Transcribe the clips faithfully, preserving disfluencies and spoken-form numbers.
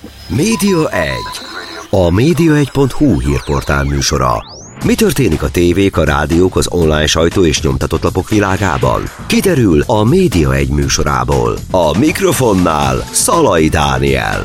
Média egy. A média egy pont hu hírportál műsora. Mi történik a tévék, a rádiók, az online sajtó és nyomtatott lapok világában? Kiderül a Média egy műsorából. A mikrofonnál Szalai Dániel.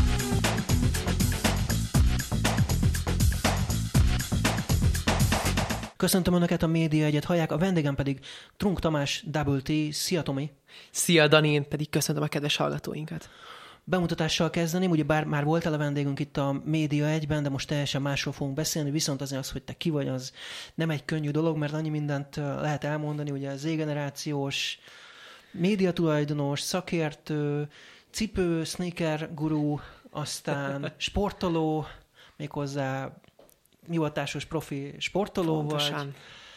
Köszöntöm Önöket, a Média egyet hallják, a vendégem pedig Trunk Tamás, Double T. Szia, Tomi! Szia, Dani, én pedig köszöntöm a kedves hallgatóinkat. Bemutatással kezdeném, ugye bár már voltál a vendégünk itt a Média egyben, de most teljesen másról fogunk beszélni, viszont azért az, hogy te ki vagy, az nem egy könnyű dolog, mert annyi mindent lehet elmondani, ugye Z-generációs, médiatulajdonos, szakértő, cipő, sneaker guru, aztán sportoló, méghozzá hivatásos profi sportoló Pontosan. vagy,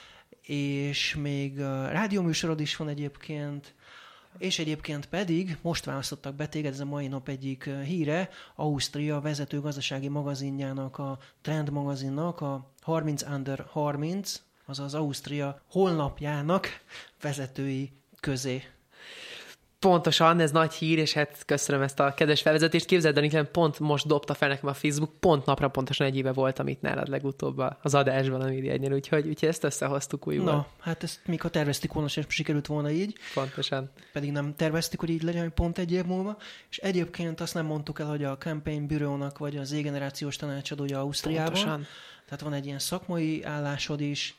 és még uh, rádióműsorod is van egyébként, és egyébként pedig most választottak be téged, ez a mai nap egyik uh, híre, Ausztria vezető gazdasági magazinjának, a Trend magazinnak, a harminc under harminc, azaz Ausztria honlapjának vezetői közé. Pontosan, ez nagy hír, és hát köszönöm ezt a kedves felvezetést. Képzeld, Daniklen, pont most dobta fel nekem a Facebook, pont napra pontosan egy éve voltam itt nálad legutóbb az adásban a Média egynél, úgyhogy, úgyhogy ezt összehoztuk újból. Na, hát ezt még ha terveztük volna, sem sikerült volna így. Pontosan. Pedig nem terveztük, hogy így legyen pont egy év múlva. És egyébként azt nem mondtuk el, hogy a Campaign Bureau-nak vagy az Z-generációs tanácsadója Ausztriában. Pontosan. Tehát van egy ilyen szakmai állásod is.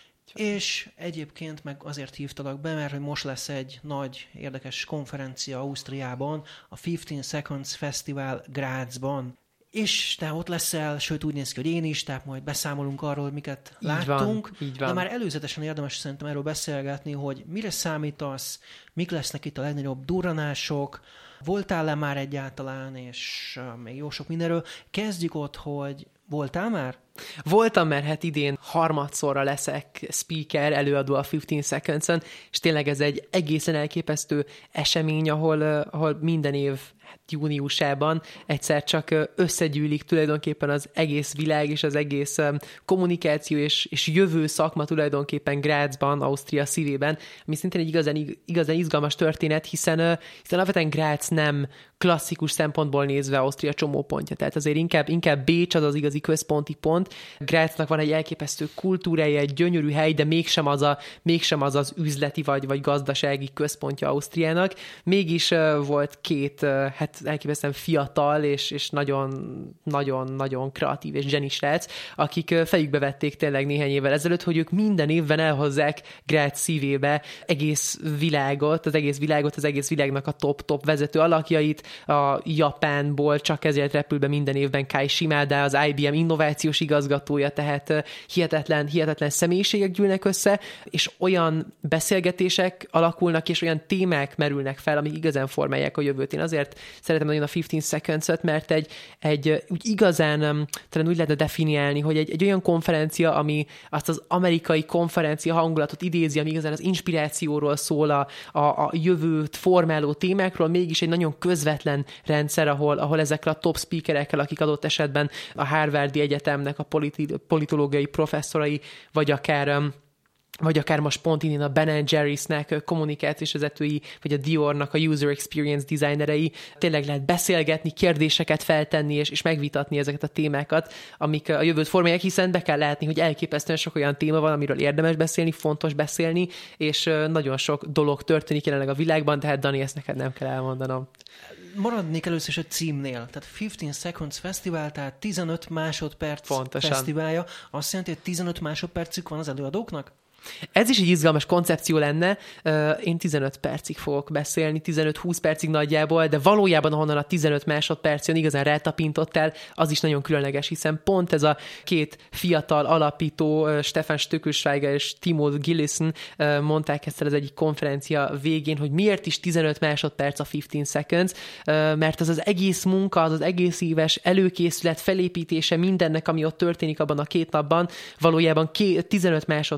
És egyébként meg azért hívtalak be, mert hogy most lesz egy nagy, érdekes konferencia Ausztriában, a fifteen Seconds Festival Grazban. És te ott leszel, sőt úgy néz ki, hogy én is, tehát majd beszámolunk arról, hogy miket így láttunk. Van, így van. De már előzetesen érdemes szerintem erről beszélgetni, hogy mire számítasz, mik lesznek itt a legnagyobb durranások, voltál-e már egyáltalán, és uh, még jó sok mindenről. Kezdjük ott, hogy voltál már? Voltam, mert hát idén harmadszorra leszek speaker, előadó a fifteen Seconds-on, és tényleg ez egy egészen elképesztő esemény, ahol, ahol minden év hát júniusában egyszer csak összegyűlik tulajdonképpen az egész világ és az egész kommunikáció és, és jövő szakma tulajdonképpen Grazban, Ausztria szívében, ami szintén egy igazán, igazán izgalmas történet, hiszen, hiszen alapvetően Graz nem klasszikus szempontból nézve Ausztria csomópontja, tehát azért inkább, inkább Bécs az az igazi központi pont. Graznak van egy elképesztő kultúrája, egy gyönyörű hely, de mégsem az a, mégsem az, az üzleti vagy, vagy gazdasági központja Ausztriának. Mégis uh, volt két uh, hát elképesztően fiatal és, és nagyon, nagyon, nagyon kreatív és zseni srác, akik uh, fejükbe vették tényleg néhány évvel ezelőtt, hogy ők minden évben elhozzák Graz szívébe egész világot, az egész világot, az egész világnak a top-top vezető alakjait, a Japánból csak ezért repül be minden évben Kai Shimada, az I B M innovációs igazgatója, tehát hihetetlen, hihetetlen személyiségek gyűlnek össze, és olyan beszélgetések alakulnak, és olyan témák merülnek fel, amik igazán formálják a jövőt. Én azért szeretem nagyon a fifteen Seconds-ot, mert egy, egy úgy igazán, talán úgy lehetne definiálni, hogy egy, egy olyan konferencia, ami azt az amerikai konferencia hangulatot idézi, ami igazán az inspirációról szól, a, a, a jövőt formáló témákról, mégis egy nagyon közvetlen rendszer, ahol, ahol ezekkel a top speakerekkel, akik adott esetben a Harvardi Egyetemnek a politi- politológiai professzorai, vagy akár vagy akár most pont innen a Ben and Jerry'snek kommunikációs vezetői, vagy a Diornak a user experience designerei, tényleg lehet beszélgetni, kérdéseket feltenni, és, és megvitatni ezeket a témákat, amik a jövőt formálják, hiszen be kell látni, hogy elképesztően sok olyan téma van, amiről érdemes beszélni, fontos beszélni, és nagyon sok dolog történik jelenleg a világban, tehát Dani, ezt neked nem kell elmondanom. Maradnék először is a címnél. Tehát fifteen Seconds Festival, tehát tizenöt másodperc Pontosan. Fesztiválja. Azt jelenti, hogy tizenöt másodpercük van az előadóknak? Ez is egy izgalmas koncepció lenne. Én tizenöt percig fogok beszélni, tizenöt-húsz percig nagyjából, de valójában ahonnan a tizenöt másodperc jön, igazán rátapintottál, az is nagyon különleges, hiszen pont ez a két fiatal alapító, Stefan Stöckelschweiger és Timo Gillison mondták ezt el az egyik konferencia végén, hogy miért is tizenöt másodperc a fifteen Seconds, mert az az egész munka, az az egész éves előkészület, felépítése mindennek, ami ott történik abban a két napban, valójában tizenöt másodpercre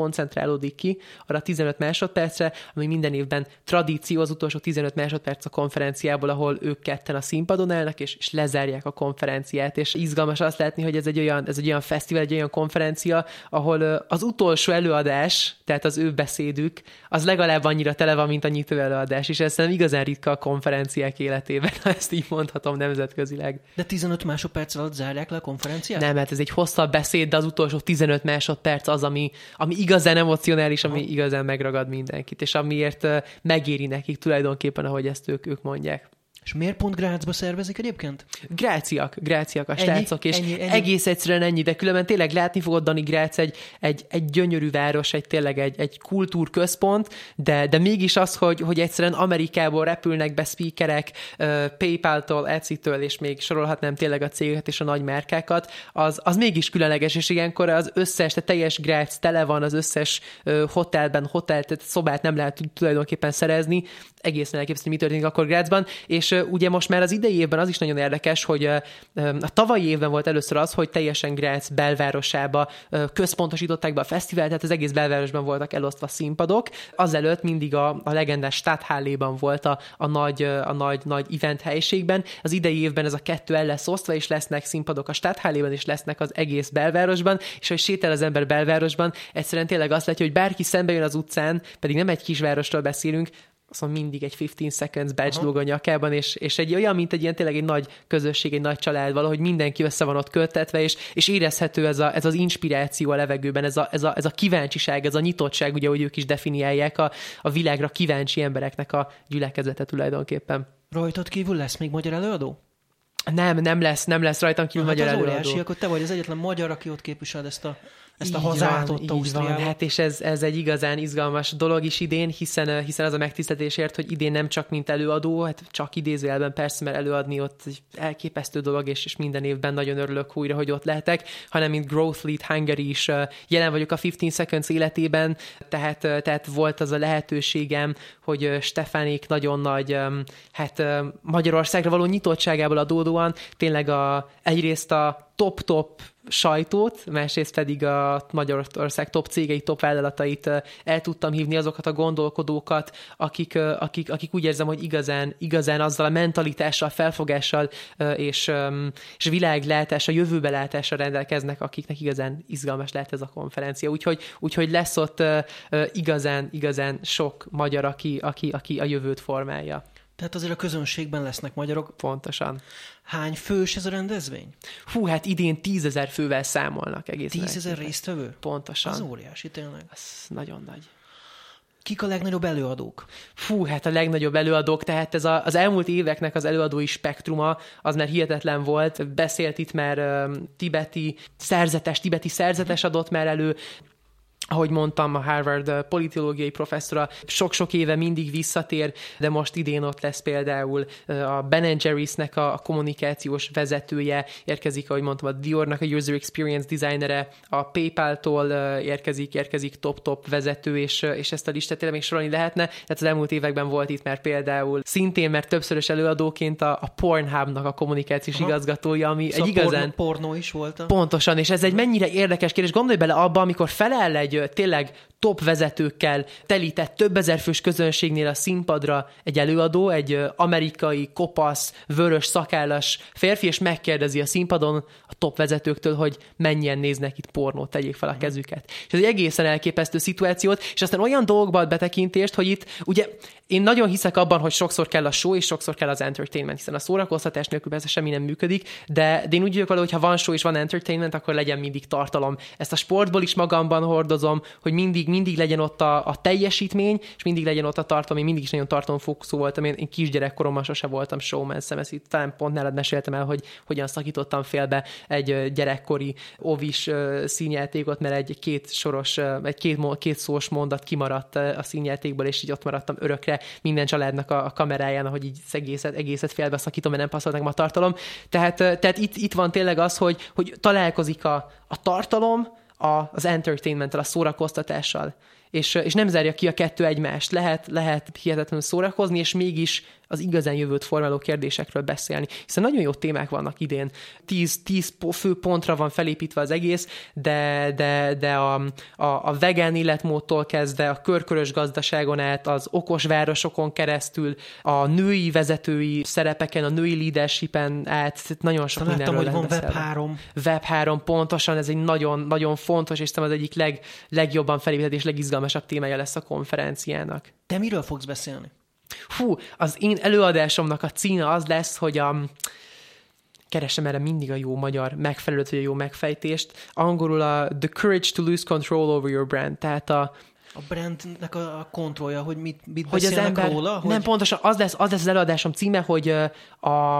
koncentrálódik ki, arra tizenöt másodpercre, ami minden évben tradíció, az utolsó tizenöt másodperc a konferenciából, ahol ők ketten a színpadon állnak, és, és lezárják a konferenciát, és izgalmas azt látni, hogy ez egy olyan, ez egy olyan fesztivál, egy olyan konferencia, ahol az utolsó előadás, tehát az ő beszédük, az legalább annyira tele van, mint a nyitó előadás, és ez nem igazán ritka a konferenciák életében, ha ezt így mondhatom nemzetközileg. De tizenöt másodperc alatt zárják le a konferenciát? Nem, hát ez egy hosszabb beszéd, de az utolsó tizenöt másodperc az, ami, ami igazán emocionális, ami Aha. igazán megragad mindenkit, és amiért megéri nekik tulajdonképpen, ahogy ezt ők, ők mondják. És miért pont Grazba szervezik egyébként? Gráciak, gráciak a ennyi, srácok, és ennyi, ennyi. egész egyszerűen ennyi, de különben tényleg látni fogod, Dani, Grác egy, egy, egy gyönyörű város, egy tényleg egy, egy kultúrközpont, de, de mégis az, hogy, hogy egyszerűen Amerikából repülnek be speakerek, uh, PayPal-tól, Etsy-től, és még sorolhatnám tényleg a cégeket és a nagy márkákat, az, az mégis különleges, és ilyenkor az összes, tehát teljes Grác tele van, az összes uh, hotelben, hotel, tehát szobát nem lehet tulajdonképpen szerezni, egészen elképesztő, mi történik akkor Grazban, és uh, ugye most már az idei évben az is nagyon érdekes, hogy uh, a tavalyi évben volt először az, hogy teljesen Graz belvárosába uh, központosították be a fesztivált, tehát az egész belvárosban voltak elosztva színpadok. Azelőtt mindig a, a legendás Stadthalléban volt a, a, nagy, a nagy, nagy event helyiségben. Az idei évben ez a kettő el lesz osztva, és lesznek színpadok a Stadthalléban, és lesznek az egész belvárosban, és hogy sétál az ember belvárosban, egyszerűen tényleg azt látja, hogy bárki szembe jön az utcán, pedig nem egy kisvárosról beszélünk, szóval mindig egy fifteen seconds badge lóg a nyakában, és, és egy olyan, mint egy ilyen tényleg egy nagy közösség, egy nagy család, valahogy mindenki össze van ott köttetve, és, és érezhető ez, a, ez az inspiráció a levegőben, ez a, ez, a, ez a kíváncsiság, ez a nyitottság, ugye, hogy ők is definiálják a, a világra kíváncsi embereknek a gyülekezete tulajdonképpen. Rajtad kívül lesz még magyar előadó? Nem, nem lesz, nem lesz rajtam kívül hát magyar az előadó. Óriási, akkor te vagy az egyetlen magyar, aki ott képviseled ezt a ezt a így hazát van, ott Ausztriában. Hát és ez, ez egy igazán izgalmas dolog is idén, hiszen, hiszen az a megtiszteltetésért, hogy idén nem csak mint előadó, hát csak idézőjelben persze, mert előadni ott egy elképesztő dolog, és, és minden évben nagyon örülök újra, hogy ott lehetek, hanem mint Growth Lead Hungary is jelen vagyok a fifteen seconds életében, tehát, tehát volt az a lehetőségem, hogy Stefánék nagyon nagy, hát Magyarországra való nyitottságából adódóan tényleg a, egyrészt a top-top sajtót, másrészt pedig a Magyarország top cégei, top vállalatait el tudtam hívni, azokat a gondolkodókat, akik, akik, akik úgy érzem, hogy igazán, igazán azzal a mentalitással, felfogással és, és világlátással, jövőbelátással rendelkeznek, akiknek igazán izgalmas lehet ez a konferencia. Úgyhogy, úgyhogy lesz ott igazán, igazán sok magyar, aki, aki, aki a jövőt formálja. Tehát azért a közönségben lesznek magyarok. Pontosan. Hány fős ez a rendezvény? Hú, hát idén tízezer fővel számolnak egészen. Tízezer résztvevő? Pontosan. Az óriási, tényleg. Ez nagyon nagy. Kik a legnagyobb előadók? Fú, hát a legnagyobb előadók, tehát ez a, az elmúlt éveknek az előadói spektruma, az már hihetetlen volt. Beszélt itt már um, tibeti szerzetes, tibeti szerzetes adott már elő, ahogy mondtam, a Harvard politológiai professzora sok-sok éve mindig visszatér, de most idén ott lesz például a Ben and Jerry's-nek a kommunikációs vezetője, érkezik, ahogy mondtam, a Diornak a User Experience designere, a PayPal-tól érkezik, érkezik top-top vezető, és, és ezt a listát tényleg még sorolni lehetne. Tehát az elmúlt években volt itt már például szintén, mert többszörös előadóként a, a Pornhub-nak a kommunikációs Aha. igazgatója, ami szóval egy igazán... Porno, porno is volt. A... Pontosan, és ez egy mennyire érdekes kérdés. Gondolj bele abba, amikor feláll egy tényleg top vezetőkkel telített több ezer fős közönségnél a színpadra egy előadó, egy amerikai, kopasz, vörös, szakállas férfi, és megkérdezi a színpadon a top vezetőktől, hogy mennyien néznek itt pornót, tegyék fel a kezüket. És ez egy egészen elképesztő szituációt, és aztán olyan dolgokba ad betekintést, hogy itt ugye én nagyon hiszek abban, hogy sokszor kell a show, és sokszor kell az entertainment, hiszen a szórakoztatás nélkül persze semmi nem működik, de, de én úgy vagyok vele, hogy ha van show és van entertainment, akkor legyen mindig tartalom. Ezt a sportból is magamban hordozom, hogy mindig, mindig legyen ott a, a teljesítmény, és mindig legyen ott a tartalom. Én mindig is nagyon tartalomfókuszú voltam. Én, én kisgyerekkoromban sose voltam showman szemesz. Itt talán pont nálad meséltem el, hogy hogyan szakítottam félbe egy gyerekkori ovis színjátékot, mert egy két soros, egy két, két szós mondat kimaradt a színjátékból, és így ott maradtam örökre minden családnak a, a kameráján, ahogy így egészet, egészet félbe szakítom, mert nem passzolt nekem a tartalom. Tehát, tehát itt, itt van tényleg az, hogy, hogy találkozik a, a tartalom a, az entertainmenttel, a szórakoztatással. és, és nem zárja ki a kettő egymást. Lehet, lehet hihetetlenül szórakozni, és mégis az igazán jövőt formáló kérdésekről beszélni. Hiszen nagyon jó témák vannak idén. Tíz, tíz fő pontra van felépítve az egész, de, de, de a, a, a vegán életmódtól kezdve, a körkörös gazdaságon át, az okos városokon keresztül, a női vezetői szerepeken, a női leadershipen át, nagyon sok Talán mindenről láttam, lehet hogy van beszélni. web három. web három, pontosan, ez egy nagyon, nagyon fontos, és szerintem az egyik leg, legjobban felépített és legizgalmasabb témája lesz a konferenciának. Te miről fogsz beszélni? Hú, az én előadásomnak a címe az lesz, hogy a... keresem erre mindig a jó magyar megfelelőt, vagy a jó megfejtést. Angolul a The Courage to Lose Control Over Your Brand, tehát a A brandnek a kontrollja, hogy mit, mit hogy beszélnek az ember, róla? Hogy... Nem, pontosan az lesz, az lesz az előadásom címe, hogy a,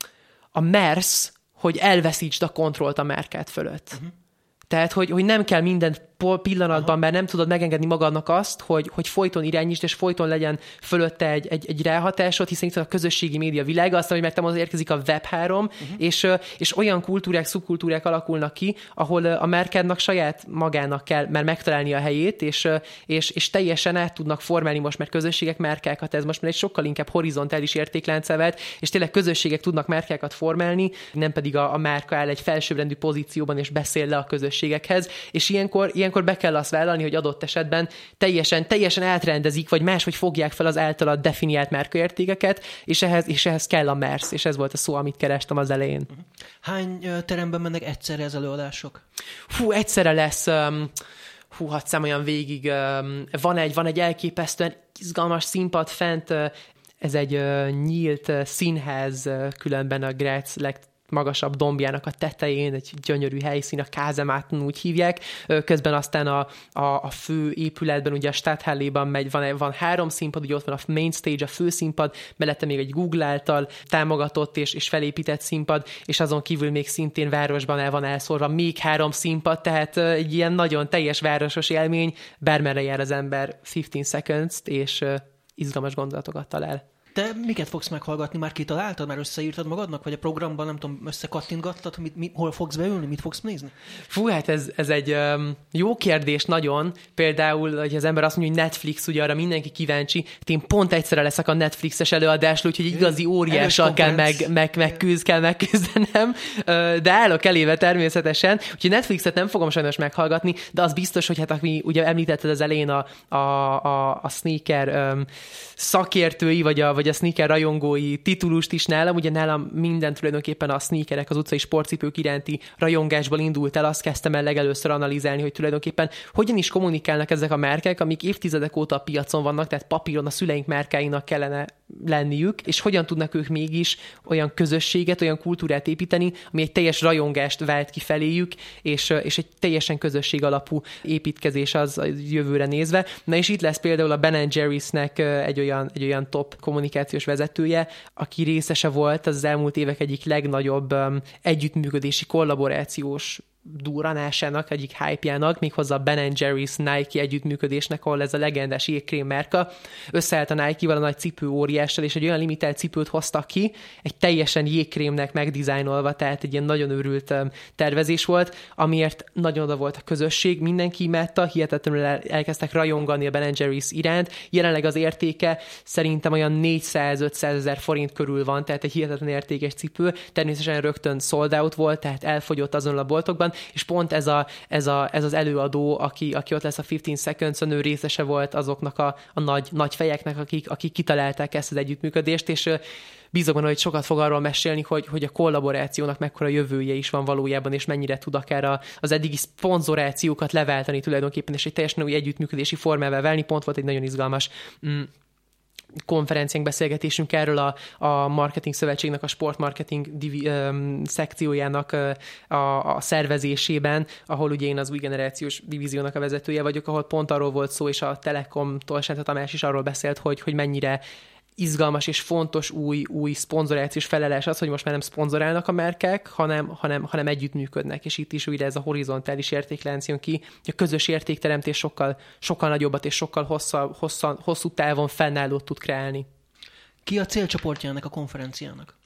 a mersz, hogy elveszítsd a kontrollt a márkád fölött. Uh-huh. Tehát, hogy, hogy nem kell mindent pillanatban, aha, mert nem tudod megengedni magadnak azt, hogy, hogy folyton irányítsd, és folyton legyen fölötte egy, egy, egy ráhatásod, hiszen itt van a közösségi média világa, aztán, hogy meg érkezik a web három, uh-huh, és, és olyan kultúrák, szubkultúrák alakulnak ki, ahol a márkádnak saját magának kell már megtalálni a helyét, és, és, és teljesen át tudnak formálni most már közösségek márkákat, ez most már egy sokkal inkább horizontális értékláncá vált, és tényleg közösségek tudnak márkákat formálni, nem pedig a, a márka áll egy felsőbbrendű pozícióban, és beszél le a közösségekhez, és ilyenkor, ilyenkor be kell azt vállalni, hogy adott esetben teljesen, teljesen átrendezik, vagy máshogy fogják fel az általad definiált márkaértékeket, és ehhez, és ehhez kell a mersz, és ez volt a szó, amit kerestem az elején. Hány teremben mennek egyszerre az előadások? Hú, egyszerre lesz... Um, hú, hadd számoljam végig. Um, van, egy, van egy elképesztően izgalmas színpad fent, uh, ez egy uh, nyílt uh, színház, uh, különben a Grác legt magasabb dombjának a tetején, egy gyönyörű helyszín, a Kázemátn úgy hívják. Közben aztán a, a, a fő épületben, ugye a Stadthalléban megy, van, van három színpad, ugye ott van a main stage, a főszínpad, mellette még egy Google által támogatott és, és felépített színpad, és azon kívül még szintén városban el van elszórva még három színpad, tehát egy ilyen nagyon teljes városos élmény, bármerre jár az ember fifteen seconds-t, és izgalmas gondolatokat talál. Te miket fogsz meghallgatni? Már kitaláltad? Már összeírtad magadnak? Vagy a programban, nem tudom, összekattintgattad, hogy mit, mit, hol fogsz beülni? Mit fogsz nézni? Fú, hát ez, ez egy um, jó kérdés nagyon. Például, hogy az ember azt mondja, hogy Netflix, ugye arra mindenki kíváncsi. Én pont egyszerre leszek a Netflixes előadásról, úgyhogy igazi óriással kell, meg, meg, megküzd, kell megküzdenem. De állok elébe természetesen. Úgyhogy Netflixet nem fogom sajnos meghallgatni, de az biztos, hogy hát aki ugye említetted az elején a, a, a, a sneaker um, szakértői, vagy a, vagy a sneaker rajongói titulust is nálam, ugye nálam minden tulajdonképpen a sneakerek, az utcai sportcipők iránti rajongásból indult el, azt kezdtem el legelőször analizálni, hogy tulajdonképpen hogyan is kommunikálnak ezek a márkák, amik évtizedek óta a piacon vannak, tehát papíron a szüleink márkáinak kellene lenniük, és hogyan tudnak ők mégis olyan közösséget, olyan kultúrát építeni, ami egy teljes rajongást vált ki feléjük, és, és egy teljesen közösség alapú építkezés az a jövőre nézve. Na és itt lesz például a Ben and Jerry'snek egy olyan, egy olyan top kommunikációs vezetője, aki részese volt az elmúlt évek egyik legnagyobb um, együttműködési kollaborációs durranásának, egyik hype-jának, méghozzá a Ben and Jerry's Nike együttműködésnek, ahol ez a legendás jégkrém márka összeállt a Nike-val, a nagy cipő óriással, és egy olyan limitált cipőt hoztak ki, egy teljesen jégkrémnek megdizájnolva, tehát egy ilyen nagyon őrült tervezés volt, amiért nagyon oda volt a közösség, mindenki imádta, hihetetlenül elkezdtek rajongani a Ben and Jerry's iránt, jelenleg az értéke szerintem olyan négyszáz-ötszáz ezer forint körül van, tehát egy hihetetlen értékes cipő, természetesen rögtön sold out volt, tehát elfogyott azon a boltokban, és pont ez, a, ez, a, ez az előadó, aki, aki ott lesz a fifteen seconds-on, ő részese volt azoknak a, a nagy, nagy fejeknek, akik, akik kitalálták ezt az együttműködést, és bízok benne, hogy sokat fog arról mesélni, hogy, hogy a kollaborációnak mekkora jövője is van valójában, és mennyire tud akár a, az eddigi szponzorációkat leváltani tulajdonképpen, és egy teljesen új együttműködési formává válni. Pont volt egy nagyon izgalmas mm, konferenciánk, beszélgetésünk erről a, a Marketing Szövetségnek, a sportmarketing divi, um, szekciójának uh, a, a szervezésében, ahol ugye én az új generációs divíziónak a vezetője vagyok, ahol pont arról volt szó, és a Telekomtól Sánta Tamás is arról beszélt, hogy, hogy mennyire izgalmas és fontos új, új szponzorációs felállás az, hogy most már nem szponzorálnak a márkák, hanem, hanem, hanem együttműködnek, és itt is ugye ez a horizontális értéklánc jön ki, a közös értékteremtés sokkal, sokkal nagyobbat és sokkal hosszabb, hosszan, hosszú távon fennállót tud kreálni. Ki a célcsoportja ennek a konferenciának?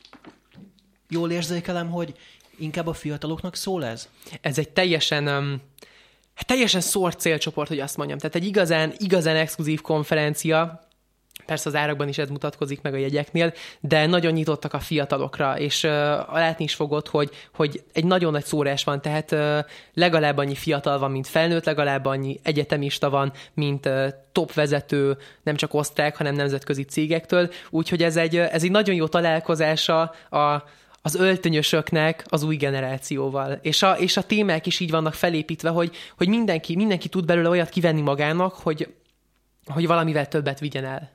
Jól érzékelem, hogy inkább a fiataloknak szól ez? Ez egy teljesen... Um, teljesen szórt célcsoport, hogy azt mondjam. Tehát egy igazán, igazán exkluzív konferencia, persze az árakban is ez mutatkozik meg a jegyeknél, de nagyon nyitottak a fiatalokra, és uh, látni is fogod, hogy, hogy egy nagyon nagy szórás van, tehát uh, legalább annyi fiatal van, mint felnőtt, legalább annyi egyetemista van, mint uh, top vezető, nem csak osztrák, hanem nemzetközi cégektől, úgyhogy ez egy, ez egy nagyon jó találkozása a az öltönyösöknek az új generációval. És a, és a témák is így vannak felépítve, hogy, hogy mindenki, mindenki tud belőle olyat kivenni magának, hogy, hogy valamivel többet vigyen el.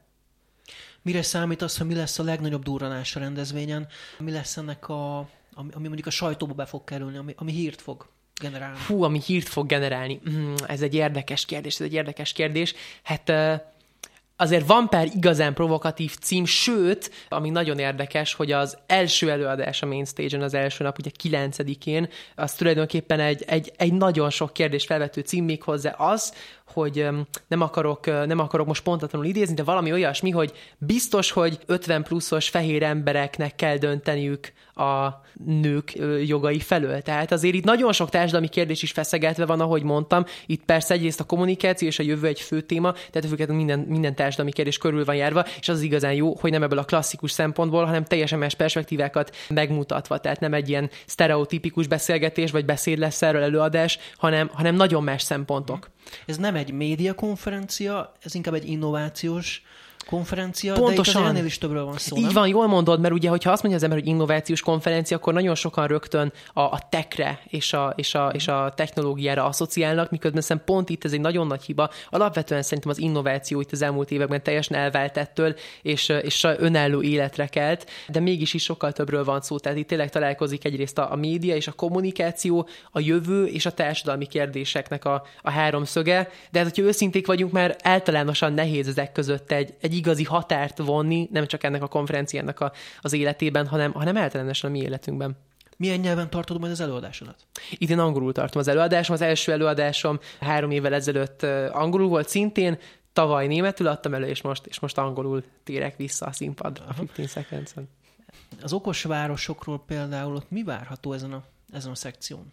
Mire számít az, hogy mi lesz a legnagyobb durranás a rendezvényen? Mi lesz ennek a, ami, ami mondjuk a sajtóba be fog kerülni, ami, ami hírt fog generálni? Hú, ami hírt fog generálni. Mm, ez egy érdekes kérdés, ez egy érdekes kérdés. Hát... Uh, Azért van pár igazán provokatív cím, sőt, ami nagyon érdekes, hogy az első előadás a Main Stage-en, az első nap, ugye kilencedikén, az tulajdonképpen egy, egy, egy nagyon sok kérdés felvető cím, még hozzá az, hogy nem akarok, nem akarok most pontatlanul idézni, de valami olyasmi, hogy biztos, hogy ötven pluszos fehér embereknek kell dönteniük a nők jogai felől. Tehát azért itt nagyon sok társadalmi kérdés is feszegetve van, ahogy mondtam. Itt persze egyrészt a kommunikáció és a jövő egy fő téma, tehát függetlenül minden, minden társadalmi kérdés körül van járva, és az igazán jó, hogy nem ebből a klasszikus szempontból, hanem teljesen más perspektívákat megmutatva. Tehát nem egy ilyen sztereotipikus beszélgetés vagy beszéd lesz erről előadás, hanem, hanem nagyon más szempontok. Ez nem egy médiakonferencia, ez inkább egy innovációs konferencia, Pontosan. de itt ennél is többről van szó, Így nem? van, jól mondod, mert ugye, hogyha azt mondja az ember, hogy innovációs konferencia, akkor nagyon sokan rögtön a, a techre és a, és, a, és a technológiára asszociálnak, miközben szerintem pont itt ez egy nagyon nagy hiba. Alapvetően szerintem az innováció itt az elmúlt években teljesen elvált ettől, és, és önálló életre kelt, de mégis is sokkal többről van szó. Tehát itt tényleg találkozik egyrészt a, a média és a kommunikáció, a jövő és a társadalmi kérdéseknek a, a háromszöge, de hát, hogyha őszinték vagyunk, már általánosan nehéz ezek között egy, egy igazi határt vonni, nem csak ennek a konferenciának a, az életében, hanem, hanem általánosan a mi életünkben. Milyen nyelven tartod majd az előadásodat? Itt én angolul tartom az előadásom. Az első előadásom három évvel ezelőtt angolul volt szintén, tavaly németül adtam elő, és most, és most angolul térek vissza a színpadra a fifteen seconds-en. Az okos városokról például ott mi várható ezen a, ezen a szekción?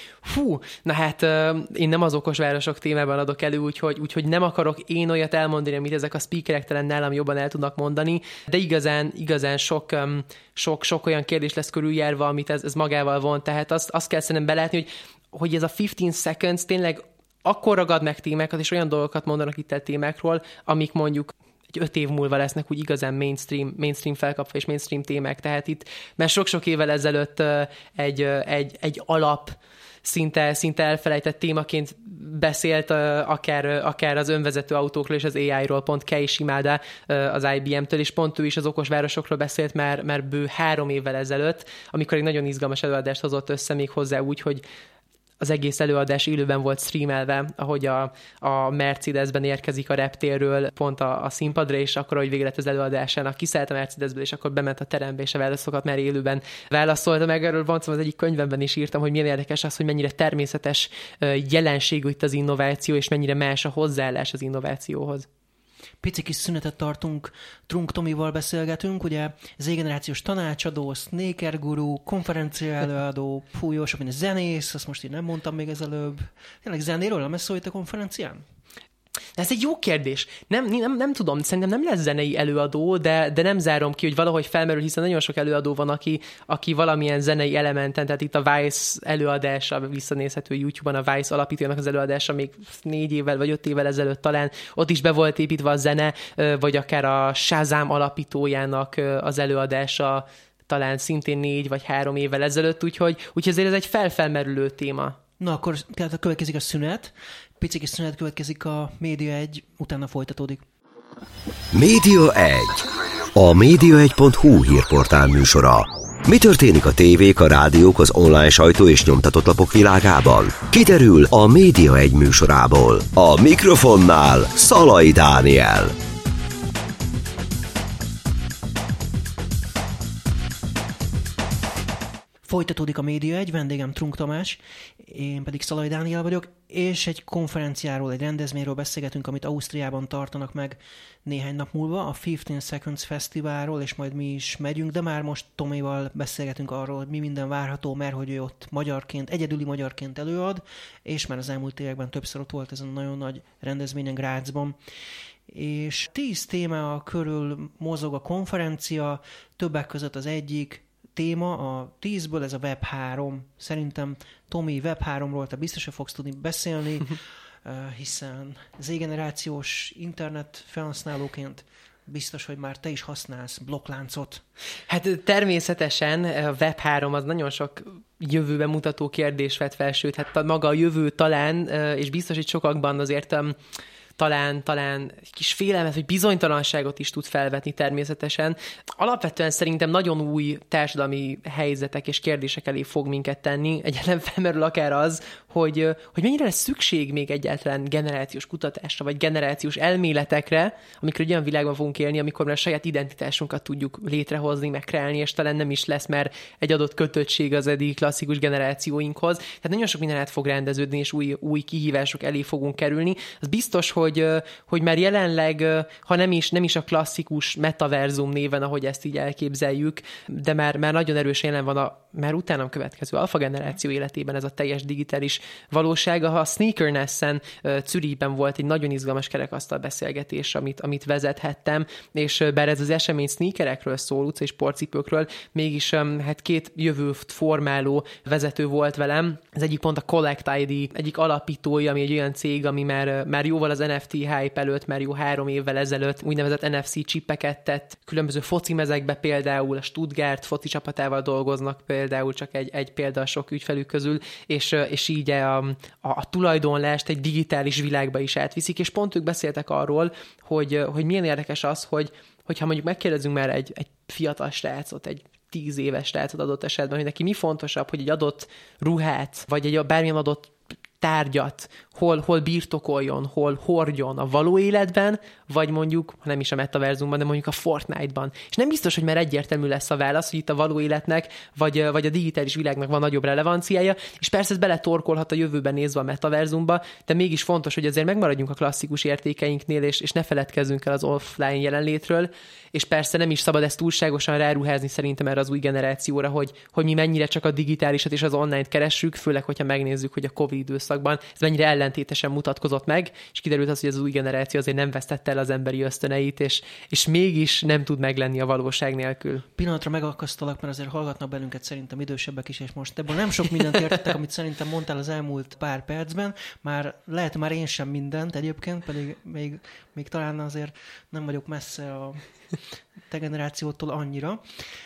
Hú, na hát én nem az okos városok témában adok elő, úgyhogy, úgyhogy nem akarok én olyat elmondani, amit ezek a speakerek talán nálam jobban el tudnak mondani, de igazán, igazán sok, sok, sok olyan kérdés lesz körüljárva, amit ez, ez magával von, tehát azt, azt kell szerintem belátni, hogy, hogy ez a fifteen seconds tényleg akkor ragad meg témákat, és olyan dolgokat mondanak itt el témákról, amik mondjuk egy öt év múlva lesznek úgy igazán mainstream, mainstream felkapva és mainstream témák. Tehát itt, mert sok-sok évvel ezelőtt egy, egy, egy alap szinte, szinte elfelejtett témaként beszélt akár, akár az önvezető autókról és az á i-ról, pont Kei Shimada az i bé em-től, és pont ő is az okos városokról beszélt már, már bő három évvel ezelőtt, amikor egy nagyon izgalmas előadást hozott össze még hozzá úgy, hogy az egész előadás élőben volt streamelve, ahogy a, a Mercedesben érkezik a reptérről pont a, a színpadra, és akkor, ahogy vége lett az előadásának, kiszállt a Mercedesből, és akkor bement a terembe, és a válaszokat már élőben válaszolta meg. Erről mondtam, az egyik könyvemben is írtam, hogy milyen érdekes az, hogy mennyire természetes jelenségű itt az innováció, és mennyire más a hozzáállás az innovációhoz. Pici kis szünetet tartunk, Trunk Tomival beszélgetünk, ugye Z-generációs tanácsadó, sneaker guru, konferencia előadó, fú, jó sok, mint zenész, azt most én nem mondtam még ezelőbb. Tényleg zenéről nem ez szó itt a konferencián? Ez egy jó kérdés. Nem, nem, nem tudom, szerintem nem lesz zenei előadó, de, de nem zárom ki, hogy valahogy felmerül, hiszen nagyon sok előadó van, aki, aki valamilyen zenei elementen, tehát itt a Vice előadása, visszanézhető YouTube-on a Vice alapítójának az előadása még négy évvel vagy öt évvel ezelőtt talán, ott is be volt építve a zene, vagy akár a Shazam alapítójának az előadása talán szintén négy vagy három évvel ezelőtt, úgyhogy, úgyhogy ezért ez egy felfelmerülő téma. Na akkor tehát következik a szünet, pici kis szünet következik a Média egy, utána folytatódik. Média egy. A média egy pont hu hírportál műsora. Mi történik a tévék, a rádiók, az online sajtó és nyomtatott lapok világában? Kiderül a Média egy műsorából. A mikrofonnál Szalai Dániel. Folytatódik a Média egy, vendégem Trunk Tamás, én pedig Szalai Dániel vagyok, és egy konferenciáról, egy rendezvényről beszélgetünk, amit Ausztriában tartanak meg néhány nap múlva, a fifteen Seconds Fesztiválról, és majd mi is megyünk, de már most Tomival beszélgetünk arról, hogy mi minden várható, mert hogy ő ott magyarként, egyedüli magyarként előad, és már az elmúlt években többször ott volt ezen a nagyon nagy rendezvényen Grazban. És tíz téma körül mozog a konferencia, többek között az egyik téma a tízből, ez a web három. Szerintem, Tomi, web háromról te biztos, hogy fogsz tudni beszélni, hiszen Z-generációs internet felhasználóként biztos, hogy már te is használsz blokkláncot. Hát természetesen a web három az nagyon sok jövőbe mutató kérdés vett fel, sőt, hát maga a jövő talán, és biztos, hogy sokakban azért talán, talán egy kis félelmet, vagy bizonytalanságot is tud felvetni természetesen. Alapvetően szerintem nagyon új társadalmi helyzetek és kérdések elé fog minket tenni. Egyáltalán felmerül akár az, hogy, hogy mennyire lesz szükség még egyáltalán generációs kutatásra, vagy generációs elméletekre, amikor egy olyan világban fogunk élni, amikor már a saját identitásunkat tudjuk létrehozni, megkreálni, és talán nem is lesz már egy adott kötöttség az eddig klasszikus generációinkhoz. Tehát nagyon sok minden át fog rendeződni, és új, új kihívások elé fogunk kerülni. Az biztos, hogy Hogy, hogy már jelenleg, ha nem is, nem is a klasszikus metaverzum néven, ahogy ezt így elképzeljük, de már, már nagyon erősen jelen van a már utánam következő alfa generáció életében ez a teljes digitális valóság. Ha a Sneakernessen Zürichben volt egy nagyon izgalmas kerekasztal beszélgetés, amit, amit vezethettem, és bár ez az esemény sneakerekről szól, utcai sportcipőkről, mégis hát két jövőt formáló vezető volt velem. Az egyik pont a Collect i dé egyik alapítója, ami egy olyan cég, ami már, már jóval az en ef té hype előtt, már jó három évvel ezelőtt úgynevezett en ef cé csipeket tett különböző focimezekbe, például a Stuttgart foci csapatával dolgoznak, például csak egy, egy példa a sok ügyfelük közül, és, és így a, a, a tulajdonlást egy digitális világba is átviszik, és pont ők beszéltek arról, hogy, hogy milyen érdekes az, hogy hogyha mondjuk megkérdezünk már egy, egy fiatal srácot, egy tíz éves srácot adott esetben, hogy neki mi fontosabb, hogy egy adott ruhát, vagy egy bármilyen adott tárgyat hol, hol birtokoljon, hol hordjon a való életben, vagy mondjuk, ha nem is a metaverzumban, de mondjuk a Fortnite-ban. És nem biztos, hogy már egyértelmű lesz a válasz, hogy itt a való életnek, vagy, vagy a digitális világnak van nagyobb relevanciája, és persze ez beletorkolhat a jövőben nézve a metaverzumba, de mégis fontos, hogy azért megmaradjunk a klasszikus értékeinknél, és, és ne feledkezzünk el az offline jelenlétről, és persze nem is szabad ezt túlságosan ráruházni szerintem erre az új generációra, hogy, hogy mi mennyire csak a digitálisat és az online-t keressük, főleg, hogyha megnézzük, hogy a Covid időszakban ez mennyire ellentétesen mutatkozott meg, és kiderült az, hogy az új generáció azért nem vesztette el az emberi ösztöneit, és, és mégis nem tud meglenni a valóság nélkül. Pillanatra megakasztalak, mert azért hallgatnak bennünket szerintem idősebbek is, és most ebből nem sok mindent értettek, amit szerintem mondtál az elmúlt pár percben. Már lehet már én sem mindent egyébként, pedig még, még talán azért nem vagyok messze a te generációtól annyira.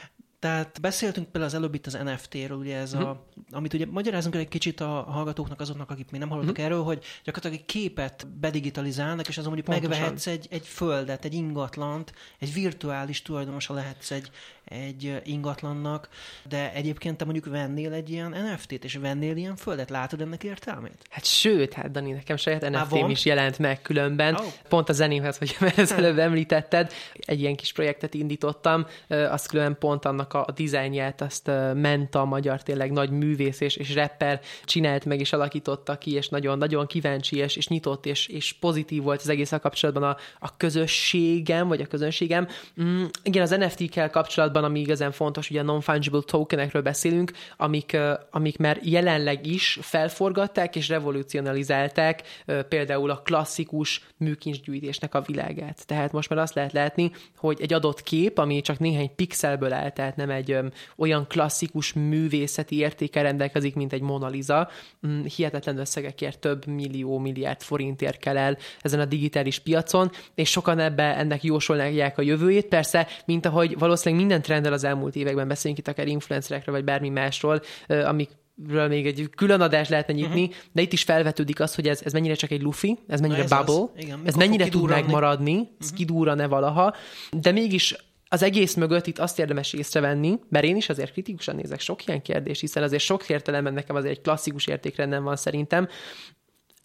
Tehát beszéltünk például az előbb itt az en ef té-ről, ugye ez a, amit ugye magyarázunk egy kicsit a hallgatóknak, azoknak, akik még nem hallottak uh-huh. erről, hogy gyakorlatilag egy képet bedigitalizálnak, és azon mondjuk Pontosan. megvehetsz egy, egy földet, egy ingatlant, egy virtuális tulajdonosa lehetsz egy, egy ingatlannak, de egyébként te mondjuk vennél egy ilyen en ef té-t, és vennél ilyen földet, látod ennek értelmét? Hát sőt, hát Dani, nekem saját en ef té-m is jelent meg különben. Oh. Pont a zenémhez, hogy ezt előbb említetted, egy ilyen kis projektet indítottam, azt különben pont annak a dizájnját, azt Menta, a magyar tényleg nagy művész és, és rapper csinált meg és alakította ki, és nagyon-nagyon kíváncsi és, és nyitott és, és pozitív volt az egészen kapcsolatban a, a közösségem, vagy a közönségem. Mm, igen, az en ef té-kkel kapcsolatban, ami igazán fontos, ugye a non-fungible tokenekről beszélünk, amik, amik már jelenleg is felforgatták és revolucionalizálták például a klasszikus műkincsgyűjtésnek a világát. Tehát most már azt lehet látni, hogy egy adott kép, ami csak néhány pixelből áll, tehát nem egy öm, olyan klasszikus művészeti értékkel rendelkezik, mint egy Mona Lisa, mm, hihetetlen összegekért több millió, milliárd forintért kell el ezen a digitális piacon, és sokan ebbe ennek jósolják a jövőjét. Persze, mint ahogy valószínűleg minden trendel az elmúlt években beszélünk itt akár influencerekről, vagy bármi másról, amik ről még egy külön adást lehetne nyitni, uh-huh. de itt is felvetődik az, hogy ez, ez mennyire csak egy lufi, ez mennyire ez bubble, az, igen, ez mennyire tud megmaradni, uh-huh. ez kidúrran-e valaha, de mégis az egész mögött itt azt érdemes észrevenni, mert én is azért kritikusan nézek sok ilyen kérdés, hiszen azért sok értelemben nekem azért egy klasszikus értékrendem van szerintem.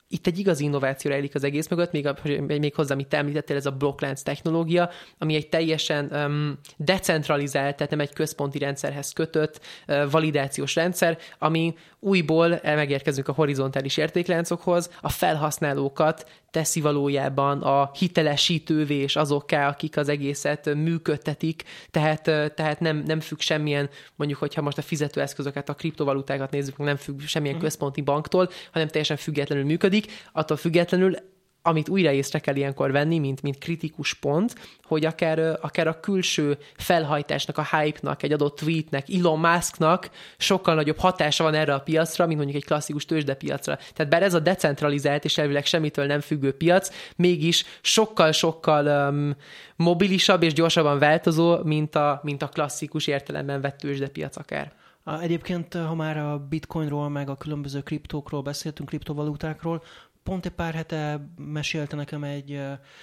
itt egy igazi innováció rejlik az egész mögött, még, a, még hozzá, amit te említettél, ez a blokklánc technológia, ami egy teljesen um, decentralizált, tehát nem egy központi rendszerhez kötött uh, validációs rendszer, ami újból megérkezünk a horizontális értékláncokhoz, a felhasználókat teszi valójában a hitelesítővé és azokká, akik az egészet működtetik, tehát, tehát nem, nem függ semmilyen, mondjuk, hogyha most a fizetőeszközöket, a kriptovalutákat nézzük, nem függ semmilyen központi banktól, hanem teljesen függetlenül működik. Attól függetlenül, amit újra észre kell ilyenkor venni, mint, mint kritikus pont, hogy akár, akár a külső felhajtásnak, a hype-nak, egy adott tweetnek, Elon Musknak sokkal nagyobb hatása van erre a piacra, mint mondjuk egy klasszikus tőzsdepiacra. Tehát bár ez a decentralizált és elvileg semmitől nem függő piac, mégis sokkal-sokkal um, mobilisabb és gyorsabban változó, mint a, mint a klasszikus értelemben vett tőzsdepiac akár. Egyébként, ha már a bitcoinról, meg a különböző kriptókról beszéltünk, kriptovalutákról, pont egy pár hete mesélte nekem egy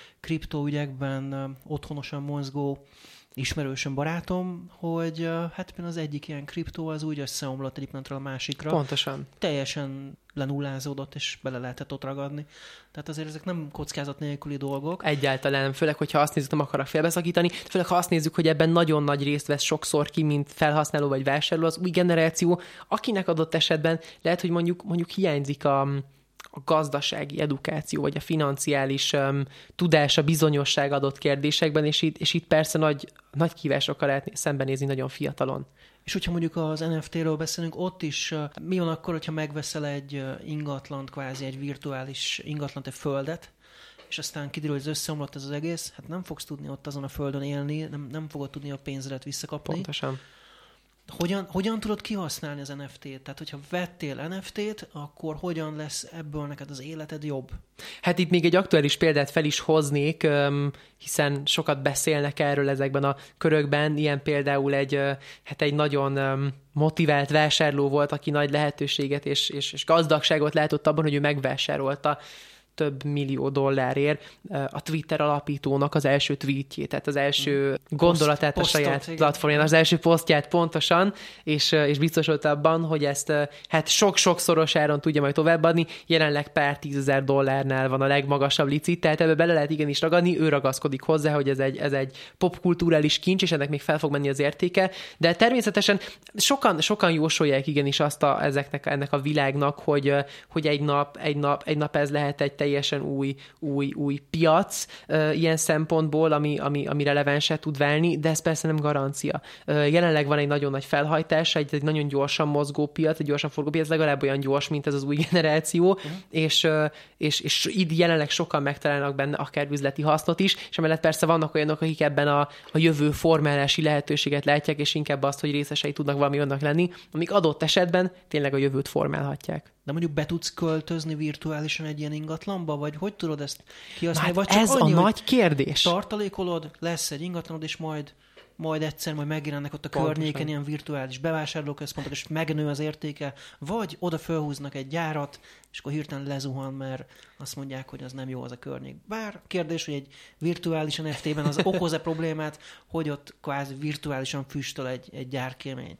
kriptóügyekben otthonosan mozgó ismerősöm, barátom, hogy hát az egyik ilyen kriptó az úgy összeomlott egyik napról a másikra. Pontosan. Teljesen lenullázódott, és bele lehetett ott ragadni. Tehát azért ezek nem kockázat nélküli dolgok. Egyáltalán, főleg, hogyha azt nézzük, nem akarok félbeszakítani, főleg, ha azt nézzük, hogy ebben nagyon nagy részt vesz sokszor ki, mint felhasználó vagy vásárló az új generáció, akinek adott esetben lehet, hogy mondjuk, mondjuk hiányzik a a gazdasági edukáció, vagy a financiális um, tudás, a bizonyosság adott kérdésekben, és itt, és itt persze nagy, nagy kívásokkal lehet szembenézni nagyon fiatalon. És hogyha mondjuk az en ef té-ről beszélünk, ott is uh, mi van akkor, hogyha megveszel egy uh, ingatlant, kvázi egy virtuális ingatlant, egy földet, és aztán kiderül, hogy összeomlott ez az egész, hát nem fogsz tudni ott azon a földön élni, nem, nem fogod tudni a pénzedet visszakapni. Pontosan. Hogyan, hogyan tudod kihasználni az en ef té-t? Tehát, hogyha vettél en ef té-t, akkor hogyan lesz ebből neked az életed jobb? Hát itt még egy aktuális példát fel is hoznék, hiszen sokat beszélnek erről ezekben a körökben. Ilyen például egy, hát egy nagyon motivált vásárló volt, aki nagy lehetőséget és, és, és gazdagságot látott abban, hogy ő megvásárolta több millió dollárért a Twitter alapítónak az első tweetjét, tehát az első gondolatát Post, a saját postot, platformján, az első posztját pontosan, és, és biztos volt abban, hogy ezt hát sok-sokszoros áron tudja majd továbbadni, jelenleg pár tízezer dollárnál van a legmagasabb licit, tehát ebbe bele lehet igenis ragadni, ő ragaszkodik hozzá, hogy ez egy, ez egy popkulturális kincs, és ennek még fel fog menni az értéke, de természetesen sokan, sokan jósolják igenis azt a, ezeknek, ennek a világnak, hogy, hogy egy nap, egy nap, egy nap ez lehet egy teljesen új, új, új piac uh, ilyen szempontból, ami, ami, ami relevánsá tud válni, de ez persze nem garancia. Uh, jelenleg van egy nagyon nagy felhajtás, egy, egy nagyon gyorsan mozgó piac, egy gyorsan forgó piac, legalább olyan gyors, mint ez az új generáció, uh-huh. és, uh, és, és így jelenleg sokan megtalálnak benne akár üzleti hasznot is, és emellett persze vannak olyanok, akik ebben a, a jövő formálási lehetőséget látják, és inkább azt, hogy részesei tudnak valami annak lenni, amik adott esetben tényleg a jövőt formálhatják. De mondjuk be tudsz költözni virtuálisan egy ilyen ingatlanba, vagy hogy tudod ezt kihasználni? Hát vagy csak ez annyi, a nagy kérdés. Tartalékolod, lesz egy ingatlanod, és majd, majd egyszer majd megjelennek ott a Pontosan. környéken ilyen virtuális bevásárlóközpontok, és megnő az értéke, vagy oda fölhúznak egy gyárat, és akkor hirtelen lezuhan, mert azt mondják, hogy az nem jó az a környék. Bár kérdés, hogy egy virtuális en ef té-ben az okoz-e problémát, hogy ott kvázi virtuálisan füstöl egy, egy gyárkémény.